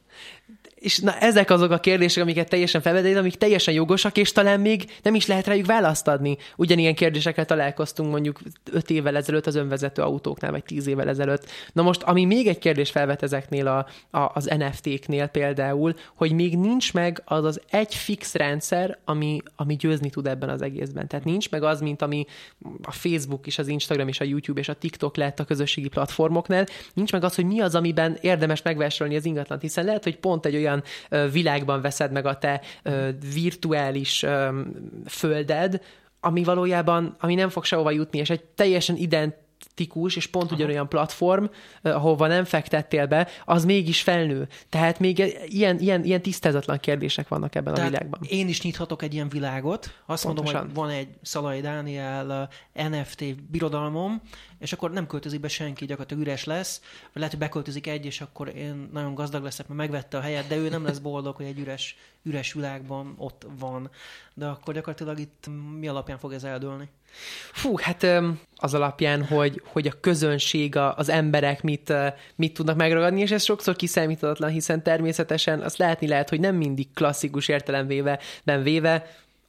És na, ezek azok a kérdések, amiket teljesen felvedél, amik teljesen jogosak, és talán még nem is lehet rájuk választ adni. Ugyanilyen kérdésekkel találkoztunk mondjuk öt évvel ezelőtt az önvezető autóknál, vagy tíz évvel ezelőtt. Na most, ami még egy kérdés felvet ezeknél a, a, az en ef té-knél például, hogy még nincs meg az az egy fix rendszer, ami, ami győzni tud ebben az egészben. Tehát nincs meg az, mint ami a Facebook és az Instagram és a YouTube és a TikTok lett a közösségi platformoknál. Nincs meg az, hogy mi az, amiben érdemes megvásárolni az ingatlant, hiszen lehet, hogy pont egy olyan ö, világban veszed meg a te ö, virtuális ö, földed, ami valójában, ami nem fog sehova jutni, és egy teljesen ident és pont Aha. ugyanolyan platform, ahova nem fektettél be, az mégis felnő. Tehát még ilyen, ilyen, ilyen tisztázatlan kérdések vannak ebben Tehát a világban. Én is nyithatok egy ilyen világot. Azt Pontosan. mondom, hogy van egy Szalai Dániel en ef té birodalmom, és akkor nem költözik be senki, gyakorlatilag üres lesz, vagy lehet, hogy beköltözik egy, és akkor én nagyon gazdag leszek, mert megvette a helyet, de ő nem lesz boldog, hogy egy üres, üres világban ott van. De akkor gyakorlatilag itt mi alapján fog ez eldőlni? Fú, hát az alapján, hogy, hogy a közönség, az emberek mit, mit tudnak megragadni, és ez sokszor kiszámíthatatlan, hiszen természetesen azt látni lehet, hogy nem mindig klasszikus értelemben véve, véve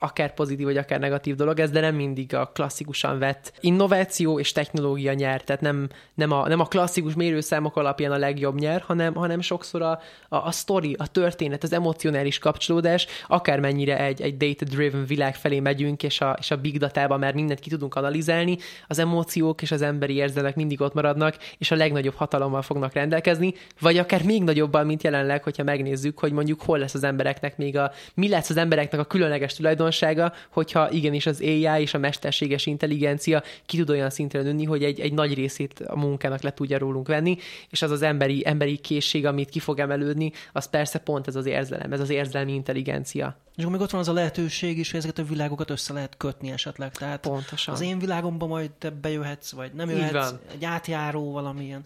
akár pozitív, vagy akár negatív dolog ez, de nem mindig a klasszikusan vett innováció és technológia nyer, tehát nem, nem, a, nem a klasszikus mérőszámok alapján a legjobb nyer, hanem, hanem sokszor a, a, a sztori, a történet, az emocionális kapcsolódás, akármennyire egy, egy data-driven világ felé megyünk, és a, és a big datában már mindent ki tudunk analizálni, az emóciók és az emberi érzelmek mindig ott maradnak, és a legnagyobb hatalommal fognak rendelkezni, vagy akár még nagyobban, mint jelenleg, hogyha megnézzük, hogy mondjuk hol lesz az embereknek még a, mi lesz az embereknek a különleges tulajdonsága, hogyha igenis az á i és a mesterséges intelligencia ki tud olyan szintre nőni, hogy egy, egy nagy részét a munkának le tudja rólunk venni, és az az emberi, emberi készség, amit ki fog emelődni, az persze pont ez az érzelem, ez az érzelmi intelligencia. És akkor még ott van az a lehetőség is, hogy ezeket a világokat össze lehet kötni esetleg. Tehát pontosan. Az én világomban majd te bejöhetsz, vagy nem jöhetsz, egy átjáró valamilyen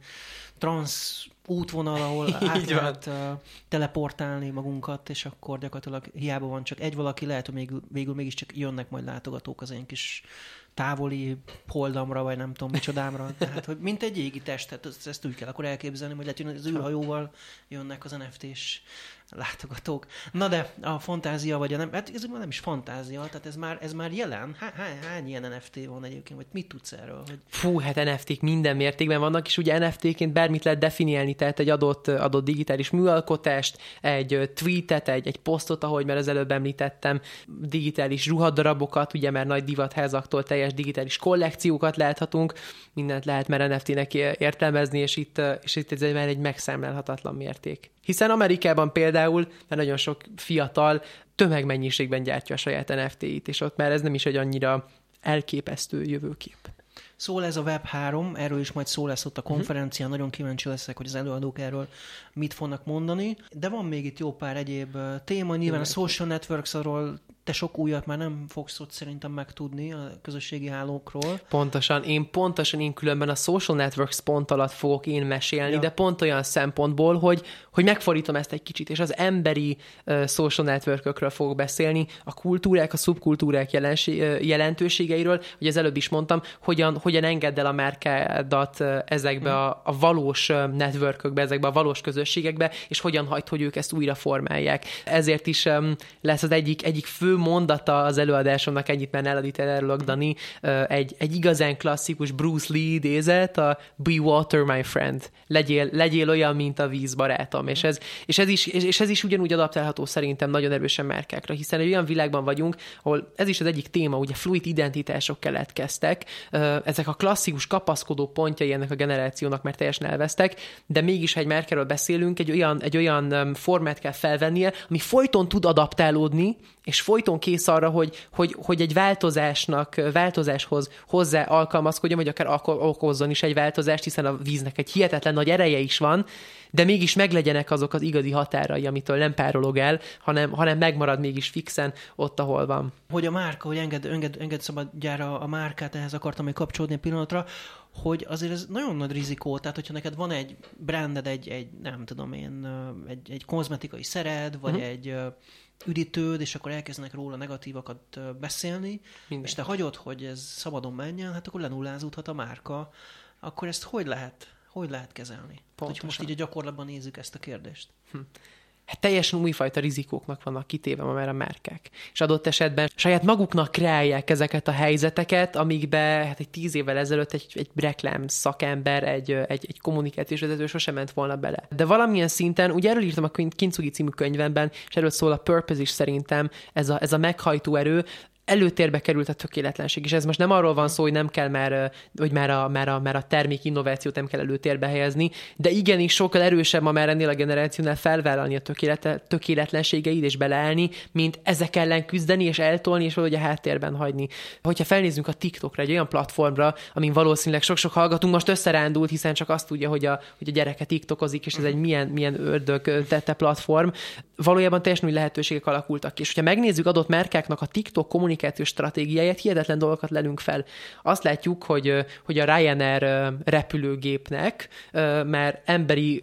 transz útvonal, ahol át lehet uh, teleportálni magunkat, és akkor gyakorlatilag hiába van csak egy valaki, lehet, hogy még, végül mégiscsak jönnek majd látogatók az én kis távoli holdamra, vagy nem tudom micsodámra. Tehát, hogy mint egy égi test, tehát ezt, ezt úgy kell akkor elképzelni, hogy lehet, hogy az űrhajóval jönnek az en ef té-s látogatók. Na de a fantázia, vagy a nem, hát ez már nem is fantázia, tehát ez már, ez már jelen. Há, há, hány ilyen en ef té van egyébként, vagy mit tudsz erről? Hogy... Fú, hát en ef té-k minden mértékben vannak, és ugye en ef té-ként bármit lehet definiálni, tehát egy adott, adott digitális műalkotást, egy tweetet, egy, egy posztot, ahogy már az előbb említettem, digitális ruhadarabokat, ugye már nagy divatházaktól teljes digitális kollekciókat láthatunk, mindent lehet már en ef té-nek értelmezni, és itt, és itt ez már egy megszámlálhatatlan mérték. Hiszen Amerikában például már nagyon sok fiatal tömegmennyiségben gyártja a saját en ef té-it, és ott már ez nem is egy annyira elképesztő jövőkép. Szól ez a web három, erről is majd szó lesz ott a konferencián, uh-huh. Nagyon kíváncsi leszek, hogy az előadók erről mit fognak mondani, de van még itt jó pár egyéb téma, nyilván a social networks, arról te sok újat már nem fogsz ott szerintem megtudni a közösségi hálókról. Pontosan, én pontosan én különben a social networks pont alatt fogok én mesélni, ja. De pont olyan szempontból, hogy, hogy megfordítom ezt egy kicsit, és az emberi uh, social networkökről fogok beszélni, a kultúrák, a szubkultúrák jelenség, uh, jelentőségeiről, hogy az előbb is mondtam, hogyan, hogyan engedd el a márkádat uh, ezekbe mm. a, a valós uh, networkökbe, ezekbe a valós közösségekbe, és hogyan hagyd, hogy ők ezt újra formálják. Ezért is um, lesz az egyik, egyik fő mondata az előadásomnak, ennyit már eladít el Dani, egy, egy igazán klasszikus Bruce Lee idézet, a Be water, my friend. Legyél, legyél olyan, mint a víz, barátom. És ez, és, ez is, és ez is ugyanúgy adaptálható szerintem nagyon erősen márkákra, hiszen egy olyan világban vagyunk, ahol ez is az egyik téma, ugye fluid identitások keletkeztek, ezek a klasszikus kapaszkodó pontjai ennek a generációnak már teljesen elvesztek, de mégis, ha egy márkáról beszélünk, egy olyan, egy olyan formát kell felvennie, ami folyton tud adaptálódni, és folyton kész arra, hogy, hogy, hogy egy változásnak, változáshoz hozzá alkalmazkodjon, vagy akár okozzon is egy változást, hiszen a víznek egy hihetetlen nagy ereje is van, de mégis meglegyenek azok az igazi határai, amitől nem párolog el, hanem, hanem megmarad mégis fixen ott, ahol van. Hogy a márka, hogy enged, enged, enged szabadjára a márkát, ehhez akartam még kapcsolódni egy pillanatra, hogy azért ez nagyon nagy rizikó, tehát hogyha neked van egy branded, egy, egy nem tudom én, egy, egy kozmetikai szered, vagy uh-huh. egy üdítőd, és akkor elkezdenek róla negatívakat beszélni, minden. És te hagyod, hogy ez szabadon menjen, hát akkor lenullázódhat a márka. Akkor ezt hogy lehet, hogy lehet kezelni? Hogy most így a gyakorlatban nézzük ezt a kérdést. Hm. Hát teljesen újfajta rizikóknak vannak kitéve ma már a márkák. És adott esetben saját maguknak kreálják ezeket a helyzeteket, amikbe hát egy tíz évvel ezelőtt egy, egy reklám szakember, egy, egy, egy kommunikációs vezető sosem ment volna bele. De valamilyen szinten, ugye erről írtam a Kintsugi című könyvemben, és erről szól a Purpose is szerintem, ez a, ez a meghajtó erő, előtérbe került a tökéletlenség, és ez most nem arról van szó, hogy nem kell már, hogy már a, már a, már a termék innovációt nem kell előtérbe helyezni, de igenis sokkal erősebb ma már ennél a generációnál felvállalni a tökélet, tökéletlenségeid és beleállni, mint ezek ellen küzdeni és eltolni, és valahogy a háttérben hagyni. Hogyha felnézzünk a TikTokra, egy olyan platformra, amin valószínűleg sok-sok hallgatunk most összerándult, hiszen csak azt tudja, hogy a, hogy a gyereke TikTokozik, és ez egy milyen, milyen ördög tette platform. Valójában teljesen új lehetőségek alakultak ki. És hogyha megnézzük adott márkáknak a TikTok kommunikációs stratégiáját, hihetetlen dolgokat lelünk fel. Azt látjuk, hogy, hogy a Ryanair repülőgépnek már emberi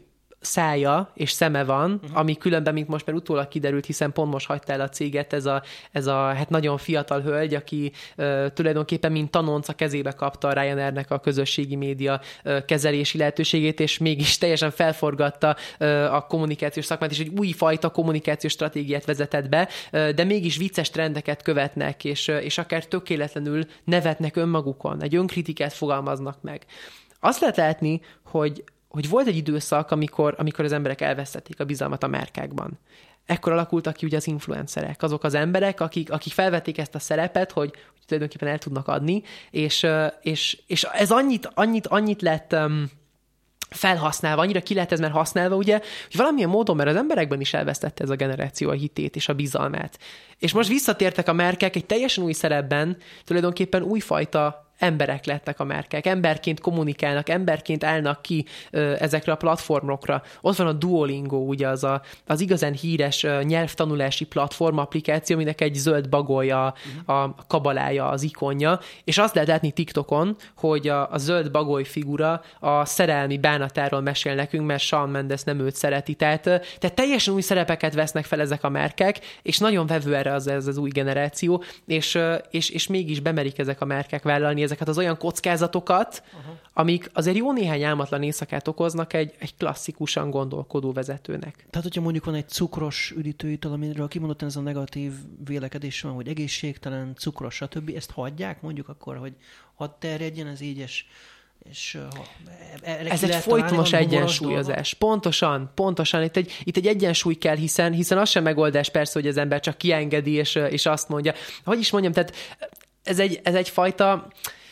szája és szeme van, uh-huh. ami különben, mint most már utólag kiderült, hiszen pont most hagyta el a céget ez a, ez a hát nagyon fiatal hölgy, aki uh, tulajdonképpen mint tanonc a kezébe kapta a Ryanairnek a közösségi média uh, kezelési lehetőségét, és mégis teljesen felforgatta uh, a kommunikációs szakmát, és egy újfajta kommunikációs stratégiát vezetett be, uh, de mégis vicces trendeket követnek, és, uh, és akár tökéletlenül nevetnek önmagukon, egy önkritikát fogalmaznak meg. Azt lehet látni, hogy hogy volt egy időszak, amikor, amikor az emberek elvesztették a bizalmat a márkákban. Ekkor alakultak ki ugye az influencerek, azok az emberek, akik, akik felvették ezt a szerepet, hogy, hogy tulajdonképpen el tudnak adni, és, és, és ez annyit, annyit, annyit lett um, felhasználva, annyira ki lehet ez már használva, ugye, hogy valamilyen módon, mert az emberekben is elvesztette ez a generáció a hitét és a bizalmát. És most visszatértek a márkák egy teljesen új szerepben, tulajdonképpen újfajta emberek lettek a márkák, emberként kommunikálnak, emberként állnak ki ö, ezekre a platformokra. Ott van a Duolingo, ugye az, a, az igazán híres ö, nyelvtanulási platform applikáció, aminek egy zöld bagolya, uh-huh. a kabalája, az ikonja, és azt lehet látni TikTokon, hogy a, a zöld bagoly figura a szerelmi bánatáról mesél nekünk, mert Shawn Mendes nem őt szereti. Tehát, tehát teljesen új szerepeket vesznek fel ezek a márkák, és nagyon vevő erre az, ez az új generáció, és, és, és mégis bemerik ezek a márkák vállalni ezeket az olyan kockázatokat, uh-huh. amik azért jó néhány álmatlan éjszakát okoznak egy, egy klasszikusan gondolkodó vezetőnek. Tehát, hogyha mondjuk van egy cukros üdítőital, amiről kimondottan ez a negatív vélekedés van, hogy egészségtelen, cukros, stb. Ezt hagyják mondjuk akkor, hogy hadd terjedjen ez így, és És, ha, ez egy folytonos egyensúlyozás. Pontosan, pontosan. Itt egy, itt egy egyensúly kell, hiszen, hiszen az sem megoldás persze, hogy az ember csak kiengedi, és, és azt mondja. Hogy is mondjam, tehát ez egy, ez egyfajta...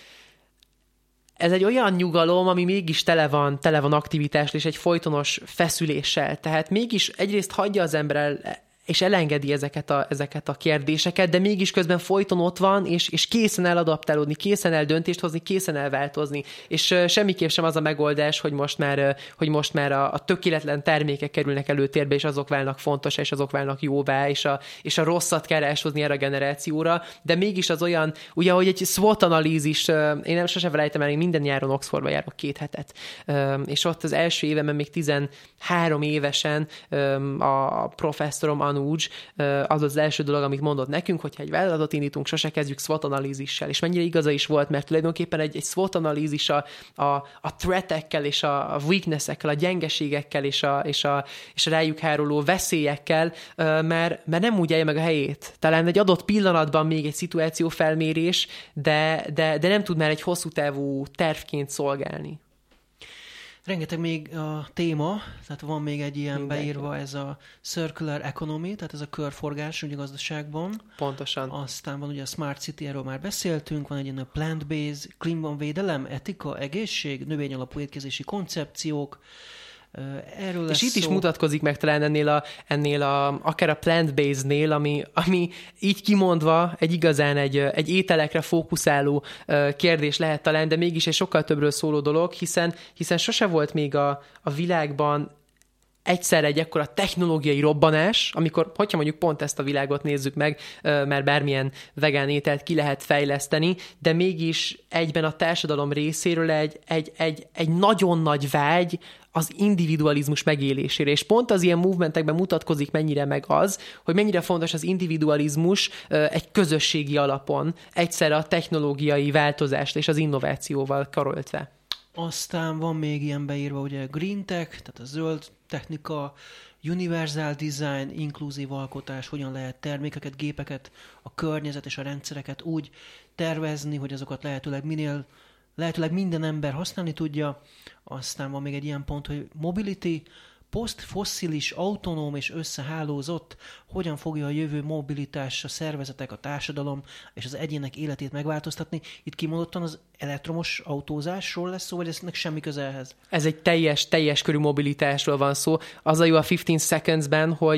Ez egy olyan nyugalom, ami mégis tele van, tele van aktivitással, és egy folytonos feszüléssel. Tehát mégis egyrészt hagyja az ember el, és elengedi ezeket a, ezeket a kérdéseket, de mégis közben folyton ott van, és, és készen el adaptálódni, készen el döntést hozni, készen el változni. És uh, semmiképp sem az a megoldás, hogy most már, uh, hogy most már a, a tökéletlen termékek kerülnek előtérbe, és azok válnak fontos, és azok válnak jóvá, és a, és a rosszat kell elshozni erre a generációra, de mégis az olyan, ugye, hogy egy SWOT analízis, uh, én nem sosem felejtem el, én minden nyáron Oxfordba járok két hetet, uh, és ott az első évemben még tizenhárom évesen um, a professzorom Anuj, az az első dolog, amit mondott nekünk, hogyha egy vállalatot indítunk, sose kezdjük SWOT analízissel, és mennyire igaza is volt, mert tulajdonképpen egy, egy SWOT analízis a, a, a threat-ekkel és a, a weakness-ekkel, a gyengeségekkel és a, és, a, és a rájuk háruló veszélyekkel, mert, mert nem úgy állja meg a helyét. Talán egy adott pillanatban még egy szituációfelmérés, de, de, de nem tud már egy hosszú távú tervként szolgálni. Rengeteg még a téma, tehát van még egy ilyen Mindenki. beírva, ez a circular economy, tehát ez a körforgás ugye gazdaságban. Pontosan. Aztán van ugye a smart city, erről már beszéltünk, van egy ilyen plant-based, klímavédelem, etika, egészség, növényalapú étkezési koncepciók. Erről és itt szó. is mutatkozik meg talán ennél, a, ennél a, akár a plant-based-nél, ami, ami így kimondva egy igazán egy, egy ételekre fókuszáló kérdés lehet talán, de mégis egy sokkal többről szóló dolog, hiszen, hiszen sose volt még a, a világban egyszer egy ekkora technológiai robbanás, amikor, hogyha mondjuk pont ezt a világot nézzük meg, mert bármilyen vegán ételt ki lehet fejleszteni, de mégis egyben a társadalom részéről egy, egy, egy, egy nagyon nagy vágy az individualizmus megélésére. És pont az ilyen movementekben mutatkozik mennyire meg az, hogy mennyire fontos az individualizmus egy közösségi alapon, egyszerre a technológiai változást és az innovációval karoltve. Aztán van még ilyen beírva, ugye Green Tech, tehát a zöld technika, universal design, inkluzív alkotás, hogyan lehet termékeket, gépeket, a környezet és a rendszereket úgy tervezni, hogy azokat lehetőleg minél, lehetőleg minden ember használni tudja. Aztán van még egy ilyen pont, hogy mobility, posztfosszilis, autonóm és összehálózott, hogyan fogja a jövő mobilitás a szervezetek, a társadalom és az egyének életét megváltoztatni. Itt kimondottan az elektromos autózásról lesz szó, vagy eznek semmi köze ehhez? Ez egy teljes, teljes körű mobilitásról van szó. Az a jó a fifteen seconds-ben, hogy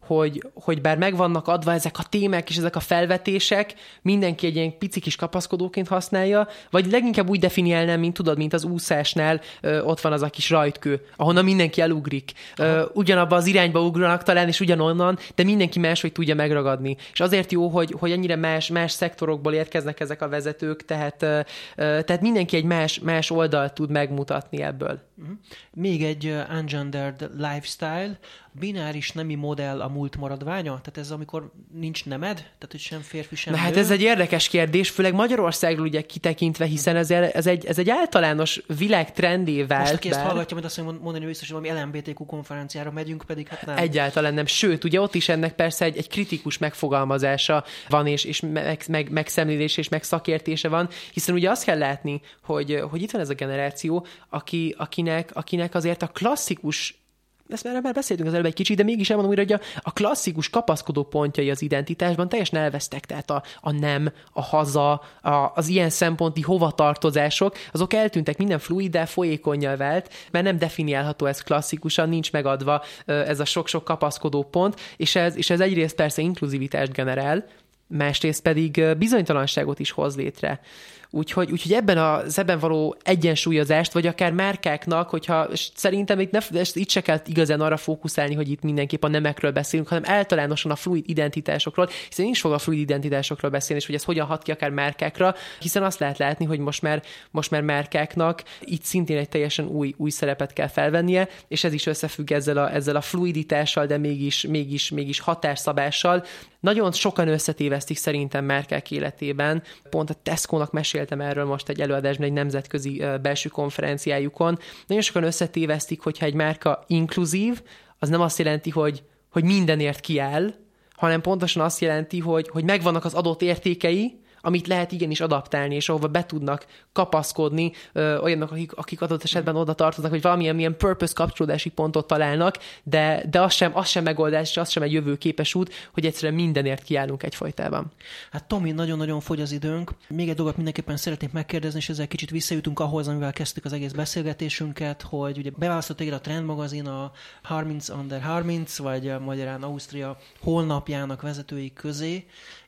hogy, hogy bár meg vannak adva ezek a témák és ezek a felvetések, mindenki egy ilyen pici kis kapaszkodóként használja, vagy leginkább úgy definiálnám, mint tudod, mint az úszásnál ö, ott van az a kis rajtkő, ahonnan mindenki elugrik. Ö, ugyanabba az irányba ugranak talán, és ugyanonnan, de mindenki máshogy tudja megragadni. És azért jó, hogy, hogy ennyire más, más szektorokból érkeznek ezek a vezetők, tehát, ö, tehát mindenki egy más, más oldalt tud megmutatni ebből. Uh-huh. Még egy uh, ungendered lifestyle, bináris nemi modell a múlt maradványa? Tehát ez amikor nincs nemed? Tehát, hogy sem férfi, sem Na nő? hát ez egy érdekes kérdés, főleg Magyarországról ugye kitekintve, hiszen ez, ez, egy, ez egy általános világtrendé vált. Most aki ezt hallgatja, mint azt mondja, mondani, hogy biztos, hogy valami el em bé té kú konferenciára megyünk, pedig hát nem. Egyáltalán nem. Sőt, ugye ott is ennek persze egy, egy kritikus megfogalmazása van, és, és meg, meg, megszemlélés és megszakértése van, hiszen ugye azt kell látni, hogy, hogy itt van ez a generáció, aki, akinek, akinek azért a klasszikus, ezt már, már beszéltünk az előbb egy kicsit, de mégis elmondom újra, hogy a, a klasszikus kapaszkodó pontjai az identitásban teljesen elvesztek, tehát a, a nem, a haza, a, az ilyen szemponti hovatartozások, azok eltűntek, minden fluiddel, folyékonnyal vált, mert nem definiálható ez klasszikusan, nincs megadva ez a sok-sok kapaszkodó pont, és ez, és ez egyrészt persze inkluzivitást generál, másrészt pedig bizonytalanságot is hoz létre. Úgyhogy, úgyhogy ebben az ebben való egyensúlyozást, vagy akár márkáknak, hogyha szerintem itt, ne, itt se kell igazán arra fókuszálni, hogy itt mindenképp a nemekről beszélünk, hanem általánosan a fluid identitásokról, hiszen én is fog a fluid identitásokról beszélni, és hogy ez hogyan hat ki akár márkákra, hiszen azt lehet látni, hogy most már, most már márkáknak itt szintén egy teljesen új, új szerepet kell felvennie, és ez is összefügg ezzel a, ezzel a fluiditással, de mégis, mégis, mégis határszabással. Nagyon sokan összetévesztik szerintem márkák életében. Pont a Tesco-nak meséltem erről most egy előadásban, egy nemzetközi belső konferenciájukon. Nagyon sokan összetévesztik, hogyha egy márka inkluzív, az nem azt jelenti, hogy, hogy mindenért kiáll, hanem pontosan azt jelenti, hogy, hogy megvannak az adott értékei, amit lehet igenis adaptálni, és ahova be tudnak kapaszkodni ö, olyanok, akik, akik adott esetben oda tartoznak, hogy valamilyen milyen purpose kapcsolódási pontot találnak, de, de az, sem, az sem megoldás, és az sem egy jövőképes út, hogy egyszerűen mindenért kiállunk egyfajtában. Hát Tomi, nagyon-nagyon fogy az időnk. Még egy dolgot mindenképpen szeretnék megkérdezni, és ezzel kicsit visszajutunk ahhoz, amivel kezdtük az egész beszélgetésünket, hogy ugye beválasztott téged a Trend magazin a harminc under harminc, vagy magyarán Ausztria holnapjának vezetői közé,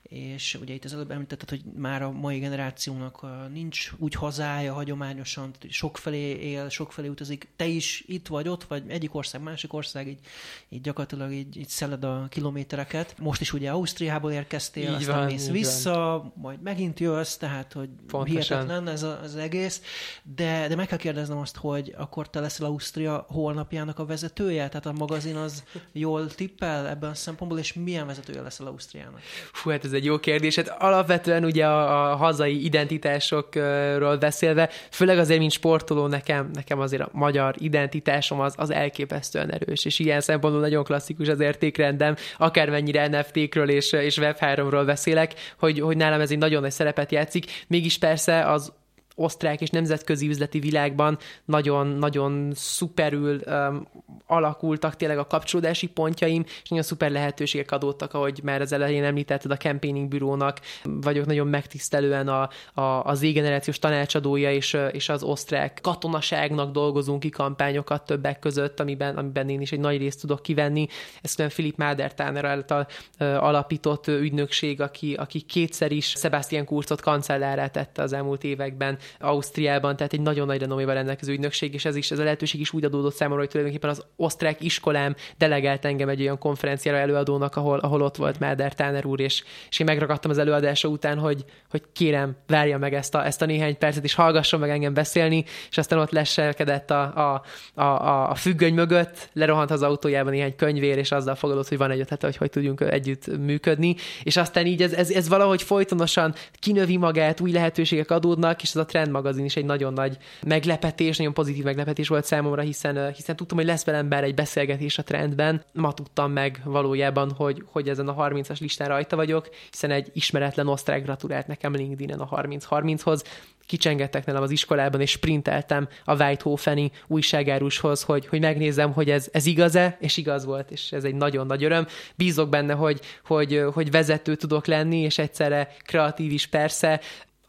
és ugye itt az előbb említetted, hogy már a mai generációnak nincs úgy hazája hagyományosan, sokfelé él, sokfelé utazik. Te is itt vagy ott, vagy egyik ország, másik ország, így, így gyakorlatilag így, így szeled a kilométereket. Most is ugye Ausztriából érkeztél, így aztán van, mész vissza, van. Majd megint jössz, tehát hogy pontosan hihetetlen ez a, az egész. De, de meg kell kérdeznem azt, hogy akkor te leszel Ausztria holnapjának a vezetője? Tehát a magazin az jól tippel ebben a szempontból, és milyen vezetője leszel Ausztriának? Fú, hát ez egy jó kérdés. Hát alapvetően ugye a, a hazai identitásokról beszélve, főleg azért, mint sportoló, nekem, nekem azért a magyar identitásom az, az elképesztően erős, és ilyen szempontból nagyon klasszikus az értékrendem, akármennyire en ef té-kről és, és web háromról beszélek, hogy, hogy nálam ez egy nagyon nagy szerepet játszik. Mégis persze az osztrák és nemzetközi üzleti világban nagyon-nagyon szuperül um, alakultak tényleg a kapcsolódási pontjaim, és nagyon szuper lehetőségek adódtak, ahogy már az elején említetted, a campaigning bürónak vagyok nagyon megtisztelően a, a, az Z-generációs tanácsadója, és, és az osztrák katonaságnak dolgozunk ki kampányokat többek között, amiben, amiben én is egy nagy részt tudok kivenni. Ez olyan Philipp Madertáner által uh, alapított ügynökség, aki, aki kétszer is Sebastian Kurzot kancellárrá tette az elmúlt években Ausztriában, tehát egy nagyon nagy renoméval rendelkező ügynökség, és ez is, ez a lehetőség is úgy adódott számomra, hogy tulajdonképpen az osztrák iskolám delegált engem egy olyan konferenciára előadónak, ahol, ahol ott volt Madertáner úr, és, és én megragadtam az előadása után, hogy, hogy kérem, várja meg ezt a, ezt a néhány percet, és hallgasson meg engem beszélni, és aztán ott leselkedett a, a, a, a függöny mögött, lerohant az autójában néhány könyvér, és azzal fogadott, hogy van egy ötlete, hogy hogy tudjunk együtt működni, és aztán így ez, ez, ez valahogy folytonosan kinövi magát, új lehetőségek adódnak, és ez a Trend magazin is egy nagyon nagy meglepetés, nagyon pozitív meglepetés volt számomra, hiszen, hiszen tudtam, hogy lesz velem bár egy beszélgetés a Trendben. Ma tudtam meg valójában, hogy, hogy ezen a harmincas listán rajta vagyok, hiszen egy ismeretlen osztrák gratulált nekem LinkedIn-en a harminc harminchoz. Kicsengettek nálam az iskolában, és sprinteltem a Weidhofeni újságárushoz, hogy, hogy megnézzem, hogy ez, ez igaz-e, és igaz volt, és ez egy nagyon nagy öröm. Bízok benne, hogy, hogy, hogy vezető tudok lenni, és egyszerre kreatív is persze.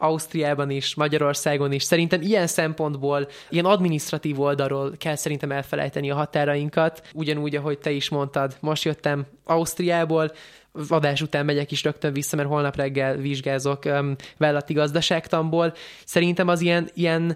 Ausztriában is, Magyarországon is. Szerintem ilyen szempontból, ilyen adminisztratív oldalról kell szerintem elfelejteni a határainkat. Ugyanúgy, ahogy te is mondtad, most jöttem Ausztriából, adás után megyek is rögtön vissza, mert holnap reggel vizsgázok um, vállalati gazdaságtanból. Szerintem az ilyen, ilyen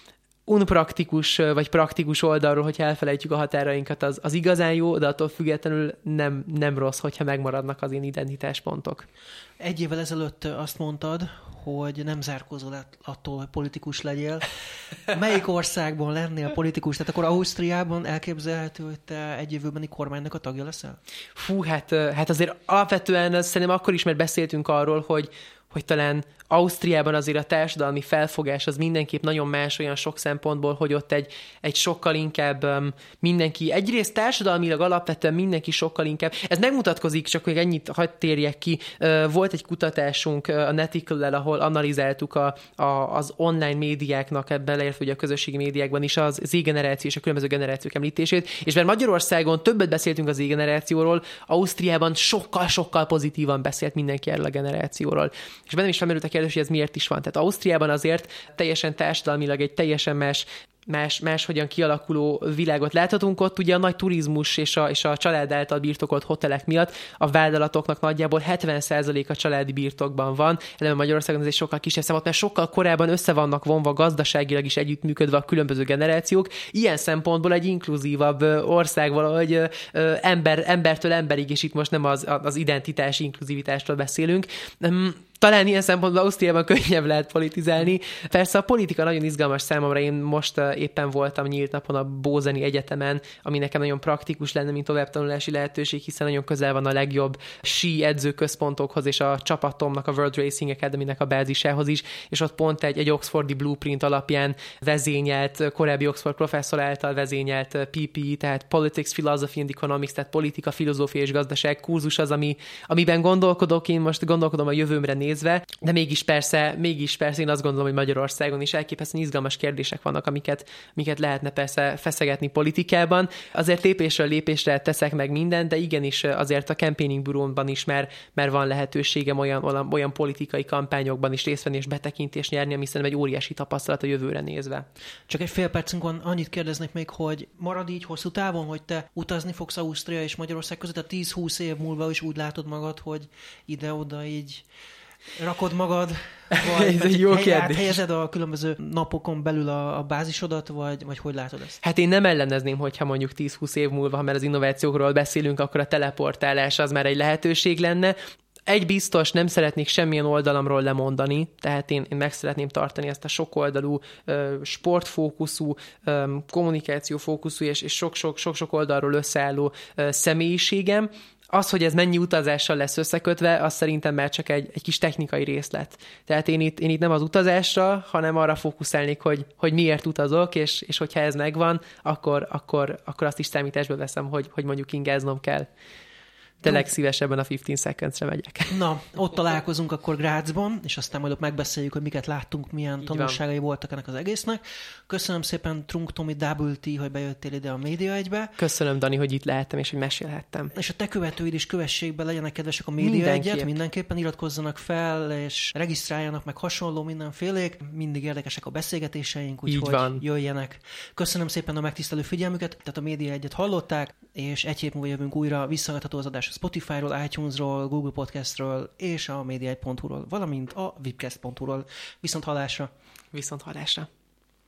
unpraktikus vagy praktikus oldalról, hogyha elfelejtjük a határainkat, az, az igazán jó, de attól függetlenül nem, nem rossz, hogyha megmaradnak az ilyen identitáspontok. Egy évvel ezelőtt azt mondtad, hogy nem zárkózol attól, hogy politikus legyél. Melyik országban lennél politikus? Tehát akkor Ausztriában elképzelhető, hogy te egy jövőbeni kormánynak a tagja leszel? Fú, hát, hát azért alapvetően szerintem akkor is, mert beszéltünk arról, hogy hogy talán Ausztriában azért a társadalmi felfogás az mindenképp nagyon más olyan sok szempontból, hogy ott egy, egy sokkal inkább um, mindenki, egyrészt társadalmilag alapvetően mindenki sokkal inkább, ez megmutatkozik, csak hogy ennyit hadd térjek ki, uh, volt egy kutatásunk uh, a Neticle-lel, ahol analizáltuk a, a, az online médiáknak, beleértve ugye a közösségi médiákban is az Z-generáció és a különböző generációk említését, és mert Magyarországon többet beszéltünk az Z-generációról, Ausztriában sokkal-sokkal pozitívan beszélt mindenki erről a generációról. És bennem is felmerült a kérdés, hogy ez miért is van. Tehát Ausztriában azért teljesen társadalmilag egy teljesen más, más, máshogyan kialakuló világot láthatunk. Ott ugye a nagy turizmus és a, és a család által birtokolt hotelek miatt a vállalatoknak nagyjából hetven százalék a családi birtokban van. Ellenben Magyarországon ez egy sokkal kisebb számot, mert sokkal korábban össze vannak vonva gazdaságilag is együttműködve a különböző generációk. Ilyen szempontból egy inkluzívabb ország valahogy ember, embertől emberig, és itt most nem az, az identitási inkluzivitásról beszélünk. Talán ilyen szempontból Ausztriában könnyebb lehet politizálni. Persze a politika nagyon izgalmas számomra. Én most éppen voltam nyílt napon a Bózeni Egyetemen, ami nekem nagyon praktikus lenne, mint továbbtanulási lehetőség, hiszen nagyon közel van a legjobb sí edzőközpontokhoz és a csapatomnak, a World Racing Academy-nek a bázisához is, és ott pont egy, egy Oxfordi Blueprint alapján vezényelt, korábbi Oxford professzor által vezényelt pé pé é, tehát Politics, Philosophy and Economics, tehát politika, filozófia és gazdaság kurzus az, ami, amiben gondolkodok. Én most gondolkodom a jövőmre nézve, de mégis persze, mégis persze én azt gondolom, hogy Magyarországon is elképesztően izgalmas kérdések vannak, amiket, amiket lehetne persze feszegetni politikában. Azért lépésről lépésre teszek meg mindent, de igenis azért a campaigning bureauban is, mert, mert van lehetőségem olyan, olyan, olyan politikai kampányokban is részt venni és betekintést nyerni, ami szerintem egy óriási tapasztalat a jövőre nézve. Csak egy fél percünk van, annyit kérdeznék még, hogy marad így hosszú távon, hogy te utazni fogsz Ausztria és Magyarország között, a tíz-húsz év múlva is úgy látod magad, hogy ide-oda így rakod magad, vagy ez egy jó kérdés. Helyezed a különböző napokon belül a, a bázisodat, vagy, vagy hogy látod ezt? Hát én nem ellenezném, hogyha mondjuk tíz-húsz év múlva, ha már az innovációkról beszélünk, akkor a teleportálás az már egy lehetőség lenne. Egy biztos, nem szeretnék semmilyen oldalamról lemondani, tehát én, én meg szeretném tartani ezt a sokoldalú, sportfókuszú, kommunikációfókuszú és, és sok-sok oldalról összeálló személyiségem. Az, hogy ez mennyi utazással lesz összekötve, az szerintem már csak egy, egy kis technikai részlet. Tehát én itt, én itt nem az utazásra, hanem arra fókuszálnék, hogy, hogy miért utazok, és, és hogyha ez megvan, akkor, akkor, akkor azt is számításba veszem, hogy, hogy mondjuk ingáznom kell. De legszívesebben a fifteen seconds-re megyek. Na, ott találkozunk akkor Grazban, és aztán majd ott megbeszéljük, hogy miket láttunk, milyen így tanulságai van. Voltak ennek az egésznek. Köszönöm szépen Trunk Tomi double té, hogy bejöttél ide a Média egybe. Köszönöm, Dani, hogy itt lehettem, és hogy mesélhettem. És a te követőid is kövessék be, legyenek kedvesek a Média egyet, mindenképpen iratkozzanak fel, és regisztráljanak meg hasonló mindenfélék. Mindig érdekesek a beszélgetéseink, úgyhogy jöjjenek. Köszönöm szépen a megtisztelő figyelmüket, tehát a Média egyet hallották, és egy hét múlva jövünk újra, visszahallgatható az adás a Spotify-ról, iTunes-ról, Google Podcast-ről és a média egy pont hu-ról, valamint a webcast pont hu-ról. Viszont hallásra! Viszont hallásra!